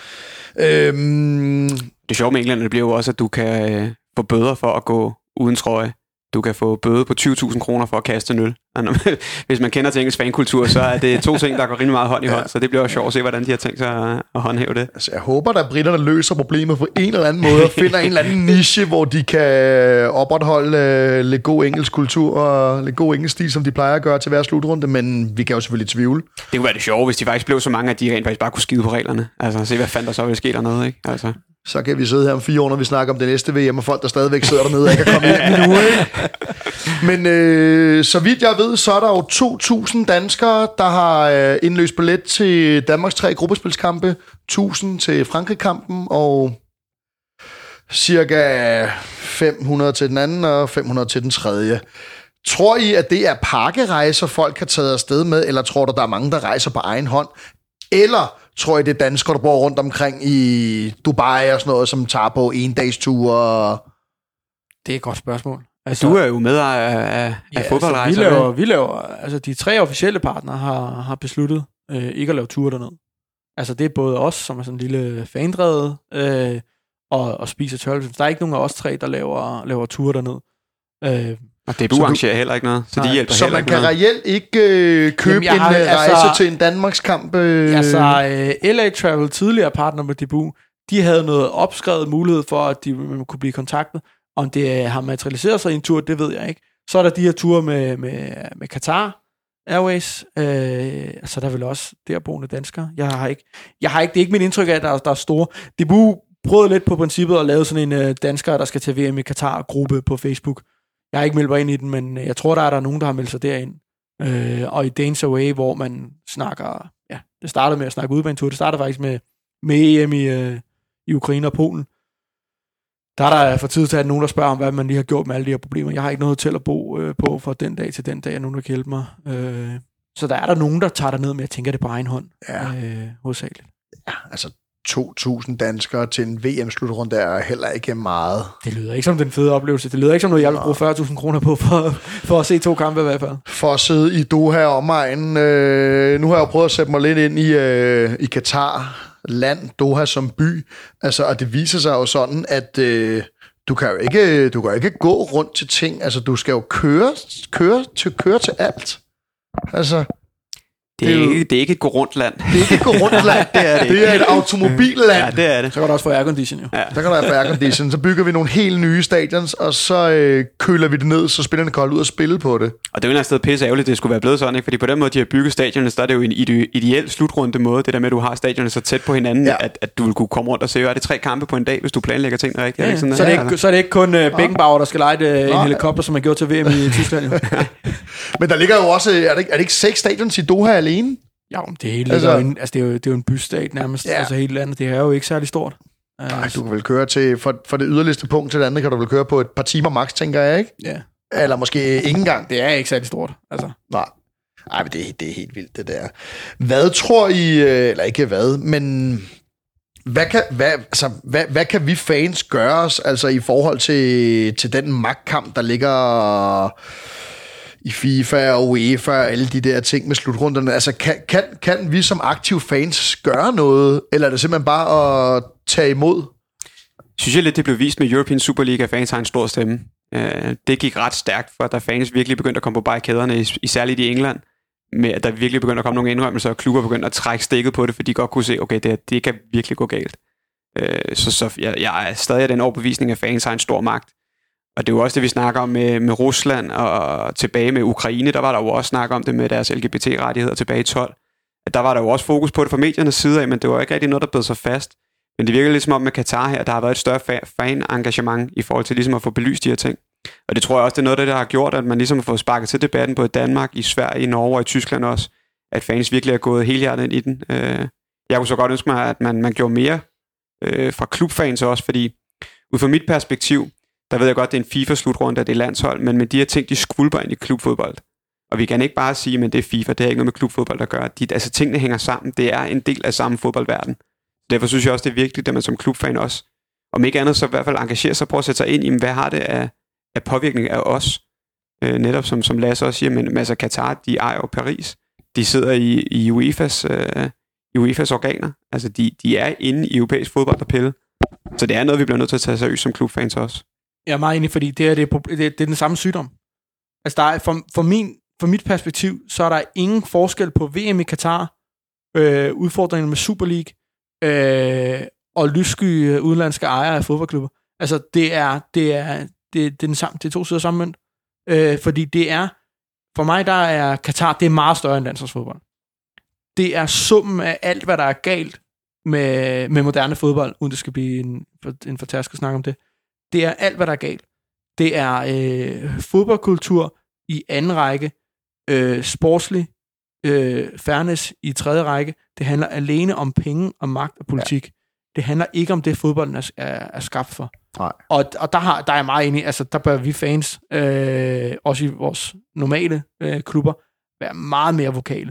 Øhm... Det sjove med England, det bliver jo også, at du kan øh, få bøder for at gå uden trøje. Du kan få bøde på tyve tusind kroner for at kaste en øl. Hvis man kender til engelsk fankultur, så er det to ting, der går rimelig meget hånd i hånd. Ja. Så det bliver jo sjovt at se, hvordan de har tænkt sig at håndhæve det. Altså, jeg håber, at britterne løser problemet på en eller anden måde, og finder en eller anden niche, hvor de kan opretholde uh, lidt god engelsk kultur og lidt god engelsk stil, som de plejer at gøre til hver slutrunde, men vi kan jo selvfølgelig tvivle. Det kunne være det sjove, hvis de faktisk blev så mange, at de rent faktisk bare kunne skide på reglerne. Altså, se hvad fanden der så ville ske dernede, ikke? Altså... Så kan vi sidde her om fire år, når vi snakker om det næste V M, og folk, der stadigvæk sidder dernede og ikke kan komme hjem endnu, ikke? Men øh, så vidt jeg ved, så er der jo to tusind danskere, der har øh, indløst billet til Danmarks tre gruppespilskampe, tusind til Frankrig-kampen, og cirka fem hundrede til den anden, og fem hundrede til den tredje. Tror I, at det er pakkerejser, folk har taget afsted med, eller tror du, der er mange, der rejser på egen hånd? Eller tror I, det er danskere, der bor rundt omkring i Dubai og sådan noget, som tager på en-dagsture? Det er et godt spørgsmål. Altså, du er jo med af, af, ja, af fodboldrejser. Altså, vi laver, vi laver, altså de tre officielle partnere har, har besluttet øh, ikke at lave ture derned. Altså det er både os, som er sådan en lille fandrevet, øh, og, og spiser tørlelse. Der er ikke nogen af os tre, der laver, laver ture derned. Øh, Og det arrangerer heller ikke noget, så nej, de hjælper så heller ikke noget. Så man kan reelt ikke øh, købe Jamen, har, en rejse altså, til en Danmarkskamp? Øh... Altså, øh, L A Travel, tidligere partner med Debu, de havde noget opskrevet mulighed for, at de kunne blive kontaktet. Om det har materialiseret sig i en tur, det ved jeg ikke. Så er der de her ture med, med, med Qatar Airways, øh, altså der er vel også derboende danskere. Jeg har ikke, jeg har ikke, det er ikke mit indtryk af, at der, der er store. Debu prøvede lidt på princippet at lave sådan en øh, dansker, der skal til V M i Qatar-gruppe på Facebook. Jeg har ikke meldt mig ind i den, men jeg tror, der er der nogen, der har meldt sig derind. Øh, og i Danes Away, hvor man snakker... Ja, det startede med at snakke udbanetur. Det startede faktisk med med E M i, øh, i Ukraine og Polen. Der er der for tid til, at nogen, der spørger om, hvad man lige har gjort med alle de her problemer. Jeg har ikke noget hotel at bo øh, på fra den dag til den dag, at nogen der kan hjælpe mig. Øh, så der er der nogen, der tager der ned, men jeg tænker det på egen hånd, ja. øh, hovedsageligt. Ja, altså to tusind danskere til en V M-slutrunde er heller ikke meget. Det lyder ikke som den fede oplevelse. Det lyder ikke som noget, jeg vil bruge fyrre tusind kroner på for, for at se to kampe i hvert fald. For at sidde i Doha og omegnen. Øh, nu har jeg jo prøvet at sætte mig lidt ind i, øh, i Katar, land, Doha som by. Altså, og det viser sig jo sådan, at øh, du kan jo ikke, du kan jo ikke gå rundt til ting. Altså, du skal jo køre, køre, til, køre til alt. Altså... Det er, det, er ikke, det er ikke et gå-rundt-land. Det er ikke et gå-rundt-land, det er det. Det er et automobilland. Ja, det er det. Så kan du også få aircondition, jo. Ja. Så kan der være aircondition. Så bygger vi nogle helt nye stadions, og så øh, køler vi det ned, så spillerne kan holde ud og spille på det. Og det er jo et sted pisse ærgerligt, det skulle være blevet sådan, ikke? Fordi på den måde, de har bygget stadionerne, så er det jo en ideel slutrunde måde, det der med, at du har stadionerne så tæt på hinanden, ja. at, at du vil kunne komme rundt og se, at det er tre kampe på en dag, hvis du planlægger tingene rigtigt. Ja, er det ikke sådan, så, er det ikke, så er det ikke kun uh, Beckenbauer, der skal lege uh, en helikopter, som man gjorde til V M i Tyskland. Men der ligger jo også, er det, er det ikke seks stadions i Doha alene? Ja, det hele altså, er jo en, altså det er jo, det er jo en bystat nærmest, ja. Altså hele landet, det er jo ikke særlig stort. Nej, du kan vel køre til, for, for det yderligste punkt til det andet, kan du vel køre på et par timer max, tænker jeg, ikke? Ja. Eller måske ikke engang. Det er ikke særlig stort, altså. Nej. Ej, men det, det er helt vildt, det der. Hvad tror I, eller ikke hvad, men hvad kan, hvad, altså, hvad, hvad kan vi fans gøre os, altså i forhold til, til den magtkamp, der ligger i FIFA og UEFA og alle de der ting med slutrunderne? Altså, kan, kan, kan vi som aktive fans gøre noget, eller er det simpelthen bare at tage imod? Synes jeg lidt, det blev vist med European Super League, at fans har en stor stemme. Det gik ret stærkt, for da fans virkelig begyndte at komme på barrikaderne, isærligt i England, med at der virkelig begyndte at komme nogle indrømmelser, og klubber begyndte at trække stikket på det, fordi de godt kunne se, okay, det, det kan virkelig gå galt. Så, så jeg, jeg er stadig af den overbevisning, at fans har en stor magt. Og det er jo også det, vi snakker om med, med Rusland og tilbage med Ukraine. Der var der jo også snak om det med deres L G B T-rettigheder tilbage i tolv. At der var der jo også fokus på det fra mediernes side af, men det var ikke rigtig noget, der blev så fast. Men det virker lidt som om med Katar her, der har været et større fan-engagement i forhold til ligesom at få belyst de her ting. Og det tror jeg også, det er noget, der har gjort, at man ligesom har fået sparket til debatten både i Danmark, i Sverige, i Norge og i Tyskland også. At fans virkelig er gået helhjertet ind i den. Jeg kunne så godt ønske mig, at man, man gjorde mere fra klubfans også, fordi ud fra mit perspektiv, der ved jeg godt, det er en FIFA-slutrunde, at det er landshold, men med de her ting, de skvulper ind i klubfodbold. Og vi kan ikke bare sige, at det er FIFA, det er ikke noget med klubfodbold at gøre. De, altså tingene hænger sammen, det er en del af samme fodboldverden. Derfor synes jeg også, det er vigtigt, at man som klubfan også, om ikke andet, så i hvert fald engagerer sig på at sætte sig ind i, hvad har det af, af påvirkning af os. Øh, netop som, som Lasse også siger, men altså Katar, de ejer jo Paris. De sidder i, i UEFA's, øh, i UEFA's organer. Altså de, de er inde i europæisk fodbold og pille. Så det er noget, vi bliver nødt til at tage seriøst som klubfans også. Jeg er meget enig, fordi det er, det, er, det, er, det er den samme sygdom. Altså der er, for, for, min, for mit perspektiv, så er der ingen forskel på V M i Katar, øh, udfordringen med Super League, øh, og lyssky udenlandske ejere af fodboldklubber. Altså det er, det er, det, det er, den samme, det er to sider samme mønt. Øh, fordi det er, for mig der er Katar, det er meget større end landsholdsfodbold. Det er summen af alt, hvad der er galt med, med moderne fodbold, uden det skal blive en, en fortærsket snak om det. Det er alt, hvad der er galt. Det er øh, fodboldkultur i anden række, øh, sportslig øh, fairness i tredje række. Det handler alene om penge og magt og politik. Ja. Det handler ikke om det, fodbolden er, er, er skabt for. Nej. Og, og der, har, der er jeg meget enig, altså der bør vi fans, øh, også i vores normale øh, klubber, være meget mere vokale.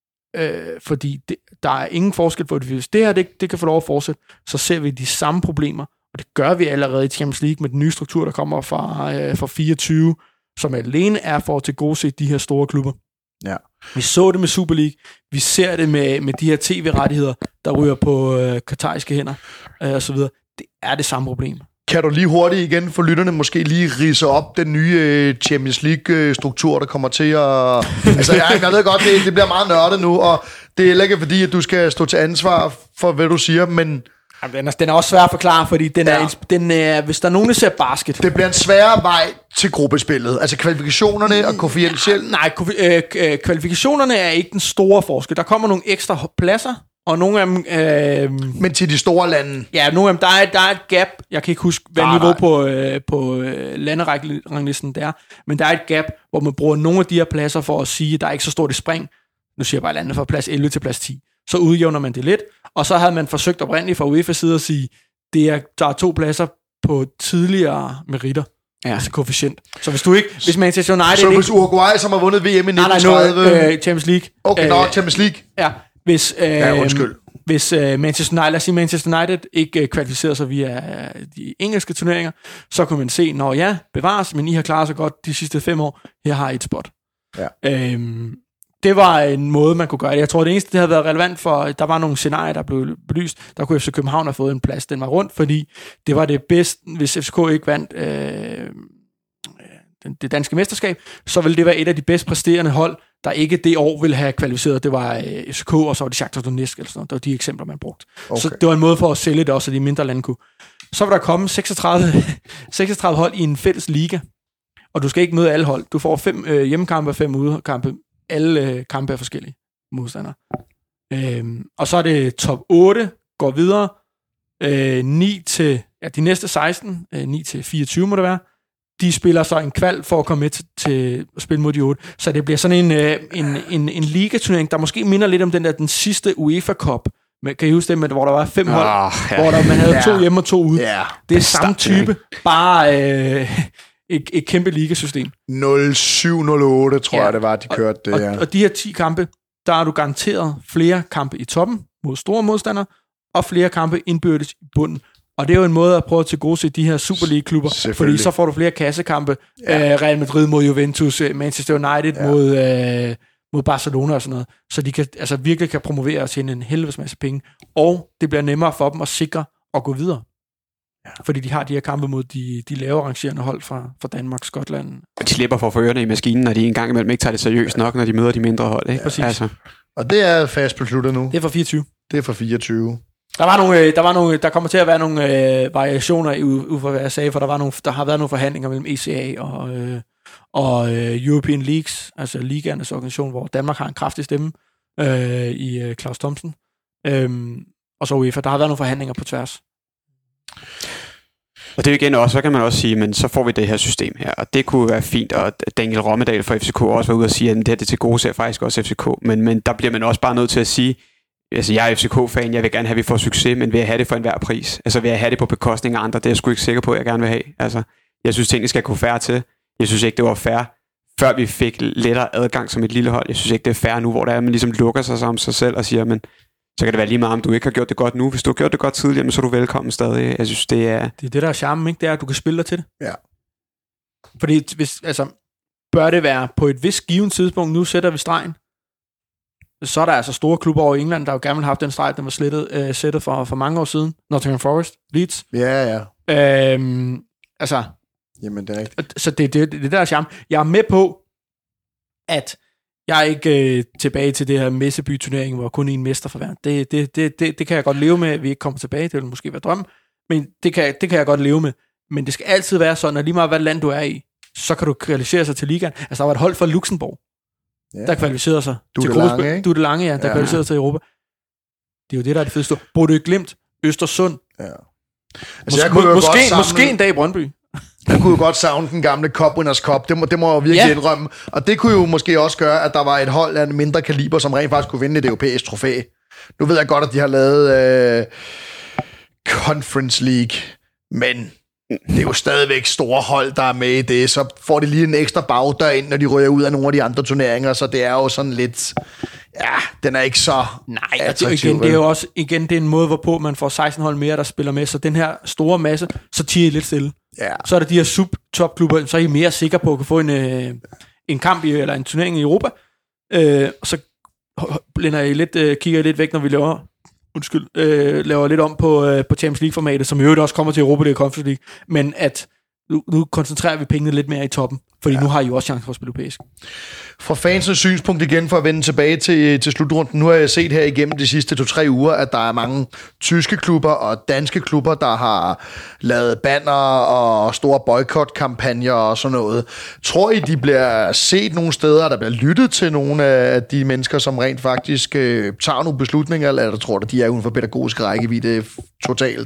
Øh, fordi det, der er ingen forskel på det. Hvis det her det, det kan få lov at fortsætte, så ser vi de samme problemer. Og det gør vi allerede i Champions League med den nye struktur, der kommer fra, øh, fra fireogtyve, som alene er for at tilgodese de her store klubber. Ja. Vi så det med Super League. Vi ser det med, med de her tv-rettigheder, der ryger på øh, katariske hænder øh, og så videre. Det er det samme problem. Kan du lige hurtigt igen for lytterne måske lige ridse op den nye Champions League-struktur, der kommer til at... altså, jeg, jeg ved godt, det, det bliver meget nørdet nu, og det er ikke fordi, at du skal stå til ansvar for, hvad du siger, men... Jamen, den, er, den er også svær at forklare, fordi den ja. er, den er, hvis der er nogen, der ser basket... Det bliver en sværere vej til gruppespillet. Altså kvalifikationerne og koefficielt... Nej, nej øh, kvalifikationerne er ikke den store forskel. Der kommer nogle ekstra pladser, og nogle af dem... Øh, Men til de store lande... Ja, nogle af dem, der er, der er et gap. Jeg kan ikke huske, hvad nej, niveau nej. på, øh, på øh, landeranglisten der er. Men der er et gap, hvor man bruger nogle af de her pladser for at sige, at der er ikke så stort et spring. Nu siger jeg bare landet fra plads elleve til plads ti. så udjævner man det lidt, og så havde man forsøgt oprindeligt fra UEFA's side at sige, det er, der er to pladser på tidligere meritter, ja. Altså koefficient. Så hvis du ikke, hvis Manchester United så ikke... hvis Uruguay, som har vundet V M i nitten tredive... Nej, nej, nu, øh, Champions League. Okay, øh, nå, Champions League. Ja, hvis... Øh, ja, undskyld. Hvis øh, Manchester United, lad os sige, Manchester United ikke øh, kvalificerer sig via øh, de engelske turneringer, så kunne man se, når ja, bevares, men I har klaret sig godt de sidste fem år, her har I et spot. Ja. Øhm, det var en måde, man kunne gøre det. Jeg tror, det eneste, det havde været relevant for, der var nogle scenarier, der blev belyst, der kunne F C København have fået en plads, den var rundt, fordi det var det bedste, hvis F C K ikke vandt øh, det danske mesterskab, så ville det være et af de bedst præsterende hold, der ikke det år ville have kvalificeret. Det var øh, F C K, og så var det Shakhtar Donetsk, eller sådan noget. Det var de eksempler, man brugte. Okay. Så det var en måde for at sælge det også, så de mindre lande kunne. Så vil der komme seksogtredive, seksogtredive hold i en fælles liga, og du skal ikke møde alle hold. Du får fem øh, hjemmekampe og fem udekampe. Alle øh, kampe er forskellige modstandere. Øhm, og så er det top otte, går videre. Øh, ni til, ja, de næste seksten, øh, ni til fireogtyve må det være. De spiller så en kval for at komme med til, til at spille mod de otte. Så det bliver sådan en, øh, en, en, en ligaturnering, der måske minder lidt om den der, den sidste UEFA Cup. Men, kan I huske det, med, hvor der var fem hold, oh, ja. Hvor der, man havde ja. to hjemme og to ude? Ja. Det er samme type, bare øh, et, et kæmpe ligasystem. nul syv nul otte, tror ja. jeg, det var, de kørte det. Og, ja. og, og de her ti kampe, der er du garanteret flere kampe i toppen mod store modstandere, og flere kampe indbyrdes i bunden. Og det er jo en måde at prøve at tilgodese de her Super League-klubber, fordi så får du flere kassekampe. Ja. Øh, Real Madrid mod Juventus, Manchester United ja. mod, øh, mod Barcelona og sådan noget. Så de kan, altså virkelig kan promovere og tjene en helvedes masse penge. Og det bliver nemmere for dem at sikre at gå videre. Ja. Fordi de har de her kampe mod de, de lavere rangerende hold fra, fra Danmark, Skotland. De slipper for at få ørerne i maskinen, når de en gang imellem ikke tager det seriøst nok, når de møder de mindre hold. Ikke? Ja. Altså. Og det er fast besluttet nu. Det er for fireogtyve. Det er for fireogtyve. Der var nogle, der var nogle, der kommer til at være nogle øh, variationer i ud fra hvad jeg sagde, for der var nogle, der har været nogle forhandlinger mellem E C A og øh, og øh, European Leagues, altså ligaernes organisation, hvor Danmark har en kraftig stemme øh, i øh, Claus Thomsen, øhm, og så UEFA. Der har været nogle forhandlinger på tværs. Og det er igen også, så kan man også sige, men så får vi det her system her, og det kunne være fint, og Daniel Rommedal fra F C K også var ude og sige, at det her det til gode ser faktisk også F C K, men, men der bliver man også bare nødt til at sige, altså jeg er F C K-fan, jeg vil gerne have, at vi får succes, men vil jeg have det for enhver pris? Altså vil jeg have det på bekostning af andre? Det er jeg sgu ikke sikker på, at jeg gerne vil have. Altså, jeg synes, tingene skal gå fair til. Jeg synes ikke, det var fair, før vi fik lettere adgang som et lille hold. Jeg synes ikke, det er fair nu, hvor der er, man ligesom lukker sig om sig selv og siger, men så kan det være lige meget, om du ikke har gjort det godt nu. Hvis du har gjort det godt tidligere, men så er du velkommen stadig. Jeg synes, det er... Det er det, der er charmen, ikke? Det er, at du kan spille dig til det. Ja. Fordi hvis, altså, bør det være på et vist givet tidspunkt, nu sætter vi stregen, så er der altså store klubber over i England, der jo gerne vil have haft den streg, den var slettet, øh, sættet for, for mange år siden. Nottingham Forest, Leeds. Ja, ja. Øhm, altså... Jamen, det er rigtigt. Så det er det, det der er charme. Jeg er med på, at jeg er ikke øh, tilbage til det her Messeby-turnering, hvor kun en mester for hver. Det, det, det, det, det kan jeg godt leve med, at vi ikke kommer tilbage. Det vil måske være drøm. Men det kan, det kan jeg godt leve med. Men det skal altid være sådan, at lige meget hvad land du er i, så kan du kvalificere sig til ligaen. Altså, der var et hold fra Luxembourg, ja. der kvalificerede sig du til Lange, ikke? Du er det lange, ja, der ja. kvalificerede sig til Europa. Det er jo det, der er det fedeste. Bodø Glimt, Østersund. Ja. Altså, Mås- jeg kunne måske, samle... måske en dag i Brøndby. Jeg kunne jo godt savne den gamle Cup Winners' Cup. Det må, det må jeg jo virkelig ja. indrømme. Og det kunne jo måske også gøre, at der var et hold af en mindre kaliber, som rent faktisk kunne vinde et europæisk trofæ. Nu ved jeg godt, at de har lavet øh, Conference League, men det er jo stadigvæk store hold, der er med i det. Så får de lige en ekstra bagdør ind, når de rører ud af nogle af de andre turneringer. Så det er jo sådan lidt... Ja, den er ikke så Nej, og det, igen, det er jo også igen, det er en måde, hvorpå man får seksten hold mere, der spiller med. Så den her store masse, så tiger I lidt stille. Ja. Så er der de her sub-top-klubber, så er I mere sikre på at kunne få en, øh, en kamp i, eller en turnering i Europa. Øh, og så blænder I lidt, øh, kigger I lidt væk, når vi laver, undskyld, øh, laver lidt om på, øh, på Champions League-formatet, som i øvrigt også kommer til Europa League og Conference League. Men at nu, nu koncentrerer vi pengene lidt mere i toppen, fordi ja. nu har I jo også chance for at spille europæisk. Fra fansens synspunkt igen, for at vende tilbage til, til slutrunden, nu har jeg set her igennem de sidste to-tre uger, at der er mange tyske klubber og danske klubber, der har lavet banner og store boykot-kampagner og sådan noget. Tror I, de bliver set nogle steder, der bliver lyttet til nogle af de mennesker, som rent faktisk øh, tager nogle beslutninger, eller tror du, de er uden for pædagogisk rækkevidde totalt?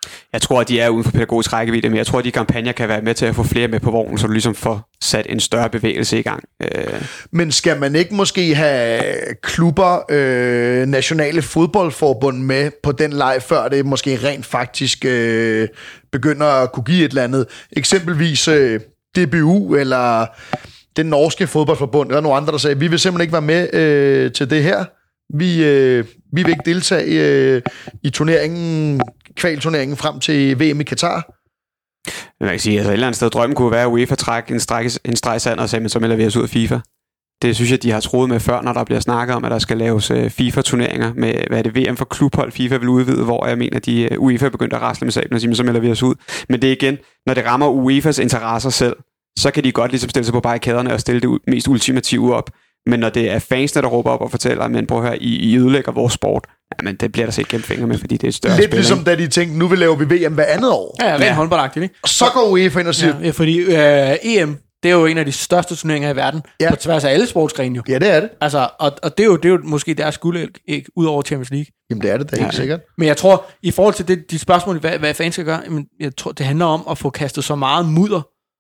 Jeg tror, at de er uden for pædagogisk rækkevidde, men jeg tror, at de kampagner kan være med til at få flere med på vognen, så du ligesom får sat en større bevægelse i gang. Øh. Men skal man ikke måske have klubber, øh, nationale fodboldforbund med på den leg, før det måske rent faktisk øh, begynder at kunne give et eller andet? Eksempelvis øh, D B U eller den norske fodboldforbund, eller nogle andre, der sagde, vi vil simpelthen ikke være med øh, til det her. Vi, øh, vi vil ikke deltage øh, i turneringen, kvalturneringen frem til V M i Katar. Man kan sige, altså et eller andet sted drømmen kunne være, at UEFA træk en, stræk, en streg sand og sagde, men så melder vi os ud af FIFA. Det synes jeg, de har troet med før, når der bliver snakket om, at der skal laves uh, FIFA-turneringer med, hvad er det, V M for klubhold, FIFA vil udvide, hvor jeg mener, de uh, UEFA begyndte at rasle med sablen og sige, men så melder vi os ud. Men det er igen, når det rammer U E F A's interesser selv, så kan de godt ligesom stille sig på barrikaderne og stille det mest ultimative op. Men når det er fansene, der råber op og fortæller, men prøv at høre, I, I ødelægger vores sport, jamen det bliver der set gennem fingre med, fordi det er et større Lidt spil, ligesom ikke? da de tænkte, nu vil lave vi V M hver andet år. Ja, rent Ja. håndboldagtigt, ikke? Og så går UEFA ind og siger, Ja, ja, fordi øh, E M, det er jo en af de største turneringer i verden, Ja. ja. på tværs af alle sportsgrene jo. ja, det er det. Altså, og, og det, er jo, det er jo måske deres guld, ikke ud over Champions League. Jamen det er det da helt Ja. sikkert. Men jeg tror, i forhold til det, de spørgsmål, hvad, hvad fanden skal gøre, jamen, jeg tror, det handler om at få kastet så meget mudder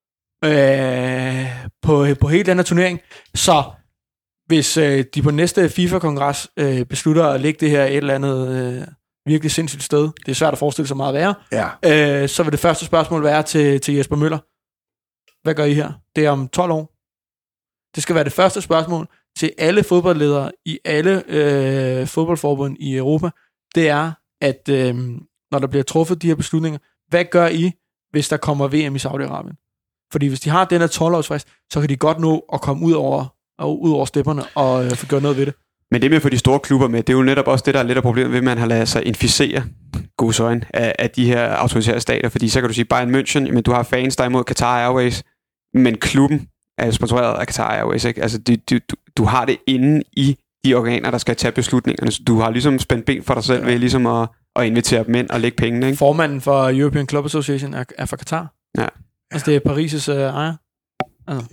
øh, på, på hele den her turnering, så hvis øh, de på næste FIFA-kongres øh, beslutter at lægge det her et eller andet øh, virkelig sindssygt sted, det er svært at forestille sig meget værre, Ja. øh, så vil det første spørgsmål være til, til Jesper Møller. Hvad gør I her? Det er om tolv år. Det skal være det første spørgsmål til alle fodboldledere i alle øh, fodboldforbund i Europa. Det er, at øh, når der bliver truffet de her beslutninger, hvad gør I, hvis der kommer V M i Saudi-Arabien? Fordi hvis de har den her tolv-års frist, så kan de godt nå at komme ud over, og ud over stepperne og øh, få gjort noget ved det. Men det med at få de store klubber med, det er jo netop også det, der er lidt af problemet ved, at man har ladet sig inficere, gode øjne, af, af de her autoritære stater. Fordi så kan du sige, Bayern München, men du har fans, der er imod Qatar Airways, men klubben er sponsoreret af Qatar Airways, ikke? Altså, du, du, du har det inde i de organer, der skal tage beslutningerne. Så du har ligesom spændt ben for dig selv ja. ved ligesom at, at invitere dem ind og lægge pengene, ikke? Formanden for European Club Association er, er fra Qatar. Ja. Altså, det er Paris' øh, ejer. Altså.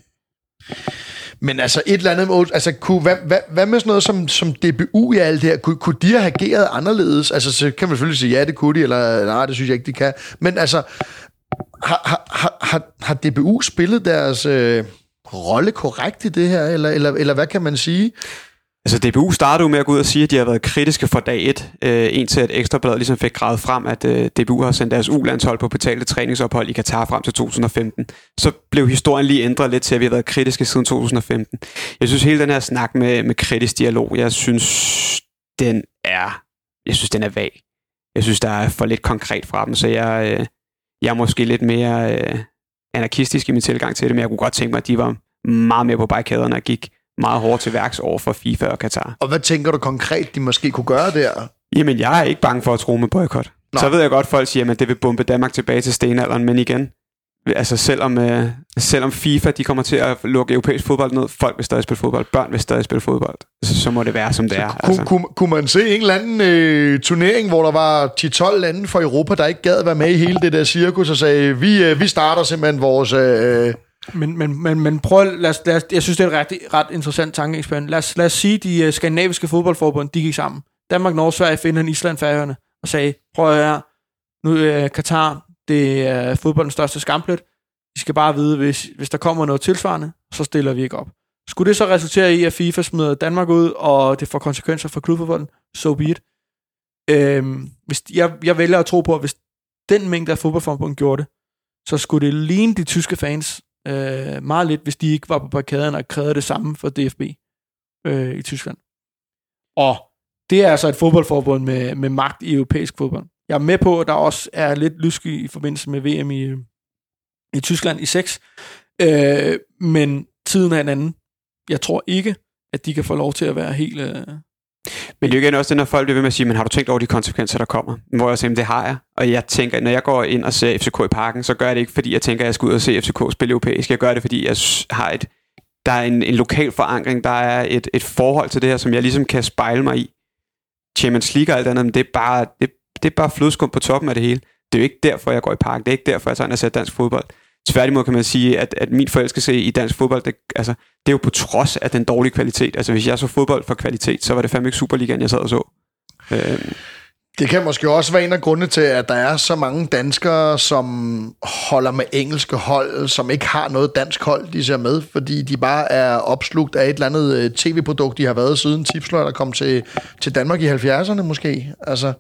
Men altså et eller andet, altså kunne, hvad, hvad, hvad med sådan noget som, som D B U i alt det her? Kunne, kunne de have ageret anderledes? Altså så kan man selvfølgelig sige, ja det kunne de, eller nej, det synes jeg ikke, de kan. Men altså, har, har, har, har D B U spillet deres øh, rolle korrekt i det her, eller, eller, eller hvad kan man sige? Altså D B U startede jo med at gå ud og sige, at de har været kritiske fra dag et, øh, indtil at Ekstrabladet ligesom fik gravet frem, at øh, D B U har sendt deres U-landshold på betalte træningsophold i Katar frem til to tusind og femten. Så blev historien lige ændret lidt til, at vi har været kritiske siden to tusind og femten. Jeg synes hele den her snak med, med kritisk dialog, jeg synes, den er, jeg synes, den er vag. Jeg synes, der er for lidt konkret fra dem, så jeg, øh, jeg er måske lidt mere øh, anarkistisk i min tilgang til det, men jeg kunne godt tænke mig, at de var meget mere på barrikaderne og gik meget hårdt til værks over for FIFA og Qatar. Og hvad tænker du konkret, de måske kunne gøre der? Jamen, jeg er ikke bange for at tro med boykot. Så ved jeg godt, folk siger, at det vil bombe Danmark tilbage til stenalderen, men igen, altså selvom, øh, selvom FIFA de kommer til at lukke europæisk fodbold ned, folk vil stadig spille fodbold, børn vil stadig spille fodbold, så, så må det være, som det er. Kunne, altså. kunne, kunne man se en eller anden øh, turnering, hvor der var ti tolv lande fra Europa, der ikke gad at være med i hele det der cirkus, og sagde, vi, øh, vi starter simpelthen vores... Øh, Men, men, men, men prøv, lad os, lad os, jeg synes, det er et ret, ret interessant tankeeksperiment. Lad os, lad os sige, de uh, skandinaviske fodboldforbund, de gik sammen. Danmark, Norge, Sverige, Finland, Island, Færøerne, og sagde, prøv at høre, nu uh, Katar, det er uh, fodboldens største skamplet. I skal bare vide, hvis, hvis der kommer noget tilsvarende, så stiller vi ikke op. Skulle det så resultere i, at FIFA smider Danmark ud, og det får konsekvenser for klubfodbolden? So be it. Øhm, hvis, jeg, jeg vælger at tro på, at hvis den mængde af fodboldforbund gjorde det, så skulle det ligne de tyske fans øh, meget lidt, hvis de ikke var på barrikaderne og krævede det samme for D F B øh, i Tyskland. Og det er altså et fodboldforbund med, med magt i europæisk fodbold. Jeg er med på, at der også er lidt lyssky i forbindelse med V M i, i Tyskland i seks, øh, men tiden er en anden. Jeg tror ikke, at de kan få lov til at være helt... Øh, Men det er jo igen også det, når folk bliver ved med at sige, men har du tænkt over de konsekvenser, der kommer? Hvor jeg siger, det har jeg. Og jeg tænker, når jeg går ind og ser F C K i Parken, så gør jeg det ikke, fordi jeg tænker, at jeg skal ud og se F C K spille europæisk. Jeg gør det, fordi jeg har et, der er en, en lokal forankring, der er et, et forhold til det her, som jeg ligesom kan spejle mig i. Champions League og alt andet, men det er bare, det, det er bare flødeskum på toppen af det hele. Det er jo ikke derfor, jeg går i Parken. Det er ikke derfor, jeg tager ind og ser dansk fodbold. Tværtimod kan man sige, at, at min forelskelse i dansk fodbold, det, altså, det er jo på trods af den dårlige kvalitet. Altså hvis jeg så fodbold for kvalitet, så var det fandme ikke Superligaen, jeg sad og så. Øhm. Det kan måske også være en af grundene til, at der er så mange danskere, som holder med engelske hold, som ikke har noget dansk hold, de ser med, fordi de bare er opslugt af et eller andet tv-produkt, de har været siden Tipsløg, der kom til, til Danmark i halvfjerdserne måske. Altså,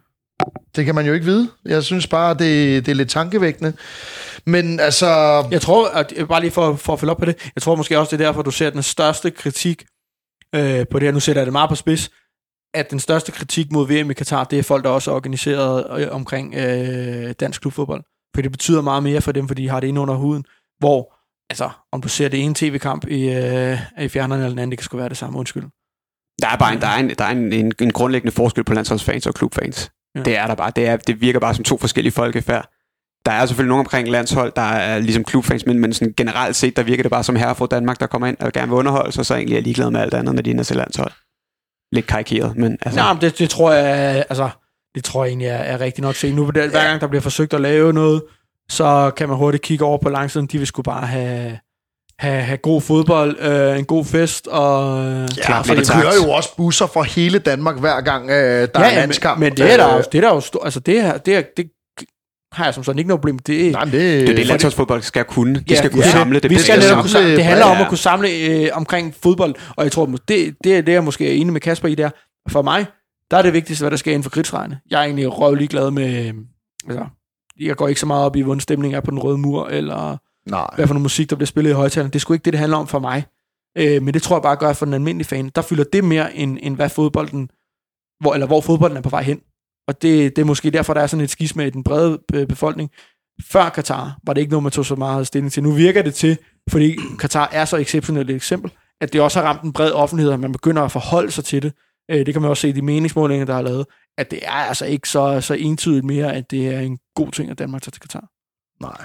det kan man jo ikke vide. Jeg synes bare, det, det er lidt tankevækkende. Men altså... Jeg tror, at, bare lige for, for at følge op på det, jeg tror måske også, det er derfor, du ser den største kritik øh, på det her. Nu sætter jeg det meget på spids, at den største kritik mod V M i Katar, det er folk, der også er organiseret øh, omkring øh, dansk klubfodbold. For det betyder meget mere for dem, fordi de har det inde under huden, hvor, altså, om du ser det ene tv-kamp i, øh, i fjerneren eller den anden, det kan sgu være det samme, undskyld. Der er bare en, der er en, der er en, en, en grundlæggende forskel på landsholdsfans og klubfans. Ja. Det er der bare. Det, er, det virker bare som to forskellige folkefærd. Der er selvfølgelig nogen omkring landshold, der er ligesom klubfans, men, men sådan generelt set, der virker det bare som herre fra Danmark, der kommer ind og gerne vil underholde, og så egentlig er ligeglad med alt andet, når de er til landshold. Lidt karikeret, men altså... Nej, men det, det tror jeg, altså, det tror jeg egentlig er, er rigtigt nok se. Nu, hver gang der bliver forsøgt at lave noget, så kan man hurtigt kigge over på langsiden. De vil sgu bare have, have, have god fodbold, øh, en god fest, og... Øh, ja, klar, for det kører jo også busser fra hele Danmark, hver gang øh, der ja, er landskamp. Men, men det er der jo, det er der jo stor, altså det her, det, er, det har jeg som sådan ikke noget problem. Det, Nej, det, det er det, landsholdsfodbold skal kunne. De ja, skal kunne ja, samle det. Vi skal skal kunne samle, det handler om at kunne samle øh, omkring fodbold, og jeg tror, det, det er det, jeg måske er enig med Kasper i der. For mig, der er det vigtigste, hvad der sker inden for kridtstregene. Jeg er egentlig røvlig glad med, altså, jeg går ikke så meget op i, hvordan stemningen er på den røde mur, eller Nej. hvad for noget musik, der bliver spillet i højtalerne. Det er sgu ikke det, det handler om for mig. Øh, men det tror jeg bare gør for den almindelige fan. Der fylder det mere, end, end hvad fodbolden, hvor, eller hvor fodbolden er på vej hen. Og det, det er måske derfor, der er sådan et skisma i den brede befolkning. Før Katar var det ikke noget, man tog så meget stilling til. Nu virker det til, fordi Katar er så exceptionelt et eksempel, at det også har ramt en bred offentlighed, og man begynder at forholde sig til det. Det kan man også se i de meningsmålinger, der er lavet, at det er altså ikke så, så entydigt mere, at det er en god ting, at Danmark tager til Katar. Nej.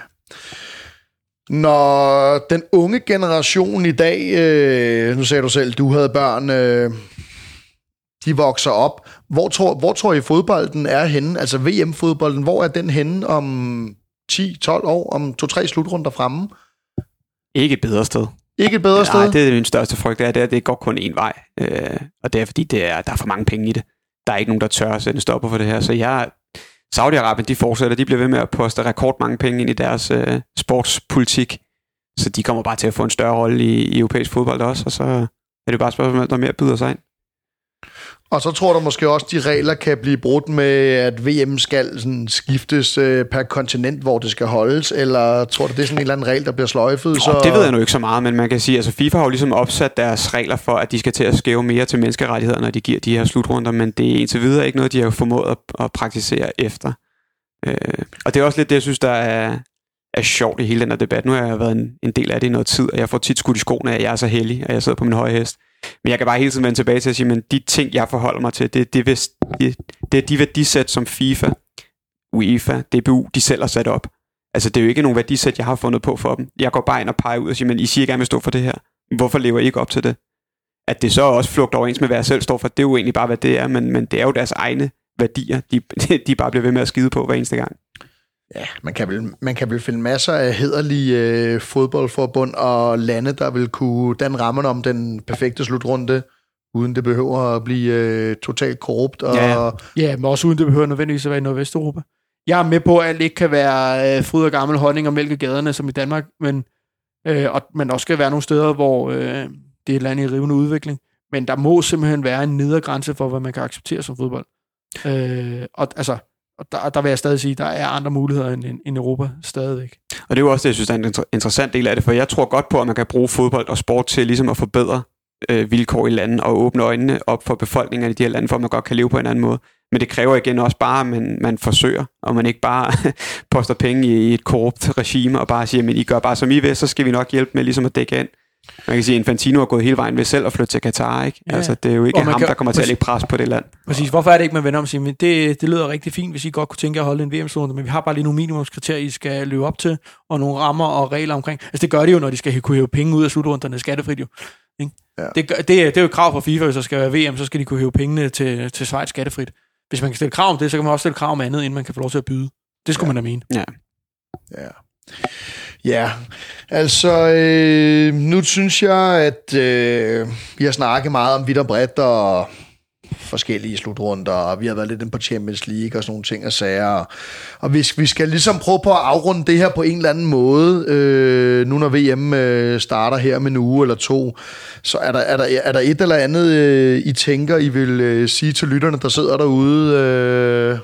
Når den unge generation i dag, øh, nu sagde du selv, du havde børn, øh, de vokser op. Hvor tror, hvor tror I fodbolden er henne? Altså V M-fodbolden, hvor er den henne om ti tolv år, om to tre slutrunder fremme? Ikke et bedre sted. Ikke et bedre Nej, sted? Nej, det er min største frygt, det er, det, er, det går kun én vej. Øh, og det er, fordi det er, der er for mange penge i det. Der er ikke nogen, der tør at sætte en stopper for det her. Så jeg, Saudi-Arabien, de fortsætter, de bliver ved med at poste rekordmange penge ind i deres øh, sportspolitik. Så de kommer bare til at få en større rolle i, i europæisk fodbold også, og så er det bare et spørgsmål, der mere byder sig ind. Og så tror du måske også, de regler kan blive brudt med, at V M skal sådan skiftes øh, per kontinent, hvor det skal holdes, eller tror du, det er sådan en eller anden regel, der bliver sløjfet? Så... Det ved jeg nu ikke så meget, men man kan sige, at altså FIFA har jo ligesom opsat deres regler for, at de skal til at skæve mere til menneskerettigheder, når de giver de her slutrunder, men det er indtil videre ikke noget, de har formået at, at praktisere efter. Øh, og det er også lidt det, jeg synes, der er, er sjovt i hele den her debat. Nu har jeg været en, en del af det i noget tid, og jeg får tit skudt i skoene af, at jeg er så heldig, og jeg sidder på min høje hest. Men jeg kan bare hele tiden vende tilbage til at sige, men de ting, jeg forholder mig til, det, det, det, det, det er de værdisæt, som FIFA, UEFA, D B U, de selv har sat op. Altså, det er jo ikke nogen værdisæt, jeg har fundet på for dem. Jeg går bare ind og peger ud og siger, men I siger, at I gerne vil stå for det her. Hvorfor lever I ikke op til det? At det så også flugter overens med, hvad jeg selv står for, det er jo egentlig bare, hvad det er, men, men det er jo deres egne værdier, de, de bare bliver ved med at skide på hver eneste gang. Ja, man kan vel, man kan vel finde masser af hæderlige øh, fodboldforbund og lande, der vil kunne danne rammerne om den perfekte slutrunde, uden det behøver at blive øh, totalt korrupt. Og... Ja, ja, men også uden det behøver nødvendigvis at være i Nordvesteuropa. Jeg er med på, at alt ikke kan være øh, fryd og gammel honning og mælk i gaderne, som i Danmark, men, øh, og, men også skal være nogle steder, hvor øh, det er et land i rivende udvikling. Men der må simpelthen være en nedre grænse for, hvad man kan acceptere som fodbold. Øh, og altså... Og der, der vil jeg stadig sige, at der er andre muligheder end, end Europa stadigvæk. Og det er jo også det, jeg synes er en interessant del af det, for jeg tror godt på, at man kan bruge fodbold og sport til ligesom at forbedre øh, vilkår i landet og åbne øjnene op for befolkningen i de her lande, for at man godt kan leve på en anden måde. Men det kræver igen også bare, at man, man forsøger, og man ikke bare poster penge i et korrupt regime og bare siger, men I gør bare som I vil, så skal vi nok hjælpe med ligesom at dække ind. Man kan sige, at Infantino er gået hele vejen ved selv at flytte til Katar, ikke? Ja. Altså, det er jo ikke ham, kan, der kommer til at lægge pres på det land. Præcis. Hvorfor er det ikke, man vender om og siger, men det, det lyder rigtig fint, hvis I godt kunne tænke at holde en V M-slutning, men vi har bare lige nogle minimumskriterier, I skal løbe op til, og nogle rammer og regler omkring. Altså, det gør de jo, når de skal kunne hæve penge ud af slutrunderne skattefrit jo. Ikke? Ja. Det, det, det er jo et krav fra FIFA, hvis der skal være V M, så skal de kunne hæve pengene til, til Schweiz skattefrit. Hvis man kan stille krav om det, så kan man også stille krav om andet, inden man kan få lov til at byde. Det skulle ja. man da mene. Ja. Ja. Ja, altså øh, nu synes jeg, at øh, vi har snakket meget om vidt og bredt, og forskellige slutrunder, og vi har været lidt inde på Champions League og sådan nogle ting og sager. Og, og hvis vi skal ligesom prøve på at afrunde det her på en eller anden måde, øh, nu når V M øh, starter her med en uge eller to, så er der, er der, er der et eller andet, øh, I tænker, I vil øh, sige til lytterne, der sidder derude? Øh...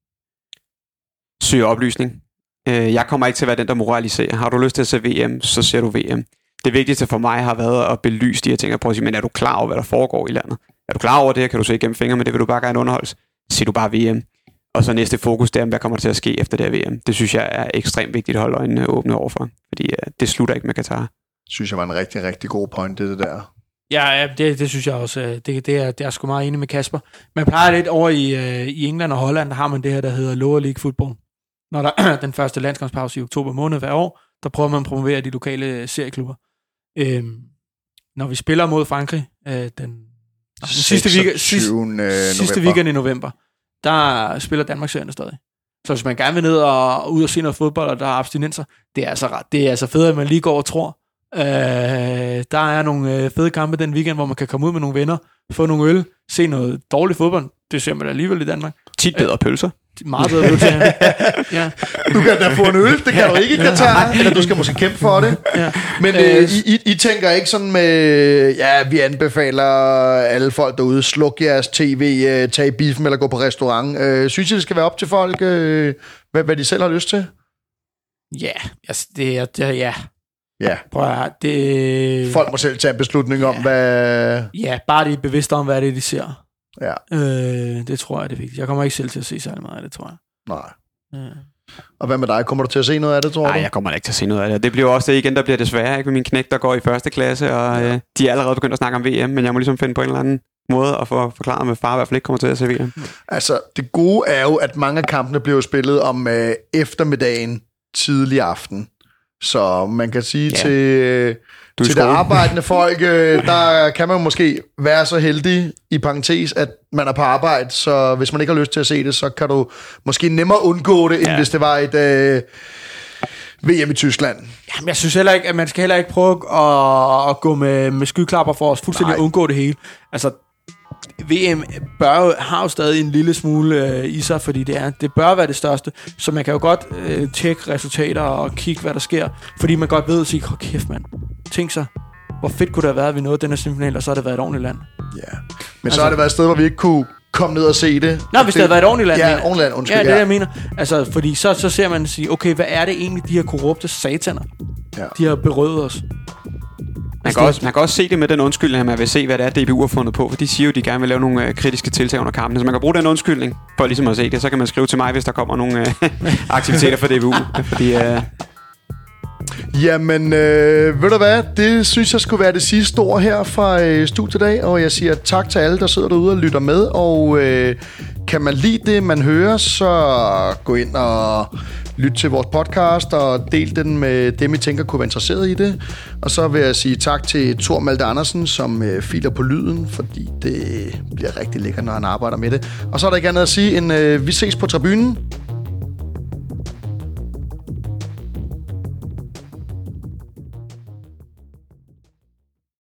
Søg oplysning. Jeg kommer ikke til at være den, der moraliserer. Har du lyst til at se V M, så ser du V M. Det vigtigste for mig har været at belyse de her ting og prøve at sige, men er du klar over, hvad der foregår i landet? Er du klar over det her? Kan du se igennem fingre, men det vil du bare gerne underholdes. Ser du bare V M. Og så næste fokus, det er, hvad kommer der til at ske efter det her V M. Det synes jeg er ekstremt vigtigt at holde øjnene åbne overfor, fordi uh, det slutter ikke med Katar. Synes jeg var en rigtig, rigtig god point, det, det der. Ja, det, det synes jeg også. Det, det, er, det er sgu meget enig med Kasper. Man plejer lidt over i, uh, i England og Holland, der har man det her, der hedder Lower League Football. Når der er den første landskampspause i oktober måned hver år, der prøver man at promovere de lokale serieklubber. Øhm, når vi spiller mod Frankrig øh, den, den sidste, weekend, sidste, sidste weekend i november, der spiller Danmark serien stadig. Så hvis man gerne vil ned og ud og se noget fodbold, og der er abstinenser, det er altså ret. Det er altså fedt, at man lige går og tror. Øh, der er nogle øh, fede kampe den weekend, hvor man kan komme ud med nogle venner, få nogle øl, se noget dårligt fodbold. Det ser man alligevel i Danmark. Tit bedre pølser. Meget bedre pølser, ja. Du kan da få en øl, det kan ja. du ikke i Katar, eller du skal måske kæmpe for det. Ja. Men øh, I, I, I tænker ikke sådan med, ja, vi anbefaler alle folk derude, sluk jeres tv, tag i biffen eller gå på restaurant. Øh, synes I, det skal være op til folk, øh, hvad, hvad de selv har lyst til? Ja, altså det er, det er ja. Ja. Prøv at, det... Folk må selv tage en beslutning ja. om, hvad... Ja, bare de er bevidste om, hvad det er, de ser. Ja. Øh, det tror jeg, det er vigtigt. Jeg kommer ikke selv til at se særlig meget af det, tror jeg. Nej. Ja. Og hvad med dig? Kommer du til at se noget af det, tror du? Nej, jeg kommer ikke til at se noget af det. Det bliver også det igen, der bliver desværre ikke med min knægt, der går i første klasse, og ja. øh, de er allerede begyndt at snakke om V M, men jeg må ligesom finde på en eller anden måde at få forklaret, med far i hvert fald ikke kommer til at se V M. Altså, det gode er jo, at mange af kampene bliver spillet om øh, eftermiddagen, tidlig aften. Så man kan sige ja. til... Til det arbejdende folk, øh, der kan man måske være så heldig, i parentes, at man er på arbejde, så hvis man ikke har lyst til at se det, så kan du måske nemmere undgå det, end ja. hvis det var et øh, V M i Tyskland. Jamen, jeg synes heller ikke, at man skal heller ikke prøve at, at gå med, med skyklapper for os, fuldstændig at undgå det hele. Altså, V M bør jo, har jo stadig en lille smule øh, i sig, fordi det, er, det bør være det største, så man kan jo godt øh, tjekke resultater og kigge, hvad der sker, fordi man godt ved at sige, oh, kæft mand, tænk sig, hvor fedt kunne det have været, at vi nåede denne semifinal, og så har det været et ordentligt land. Ja, men altså, så har det været et sted, hvor vi ikke kunne komme ned og se det. Nå, hvis det, det havde været et ordentligt land. Ja, ordentligt land, undskyld. Ja, det er det, jeg mener. Altså, fordi så, så ser man sige, okay, hvad er det egentlig, de her korrupte sataner, ja. de har berøvet os. Man kan, også, man kan også se det med den undskyldning, at man vil se, hvad det er, D B U har fundet på, for de siger jo, at de gerne vil lave nogle øh, kritiske tiltag under kampen. Så man kan bruge den undskyldning for ligesom at se det. Så kan man skrive til mig, hvis der kommer nogle øh, aktiviteter fra D B U. Fordi, øh... Jamen, øh, ved du hvad? Det synes jeg skulle være det sidste ord her fra øh, studiet i dag. Og jeg siger tak til alle, der sidder derude og lytter med. Og øh, kan man lide det, man hører, så gå ind og lyt til vores podcast og del den med dem, I tænker kunne være interesseret i det. Og så vil jeg sige tak til Thor Malte Andersen, som øh, filer på lyden, fordi det bliver rigtig lækkert, når han arbejder med det. Og så er der ikke andet at sige, end øh, vi ses på tribunen.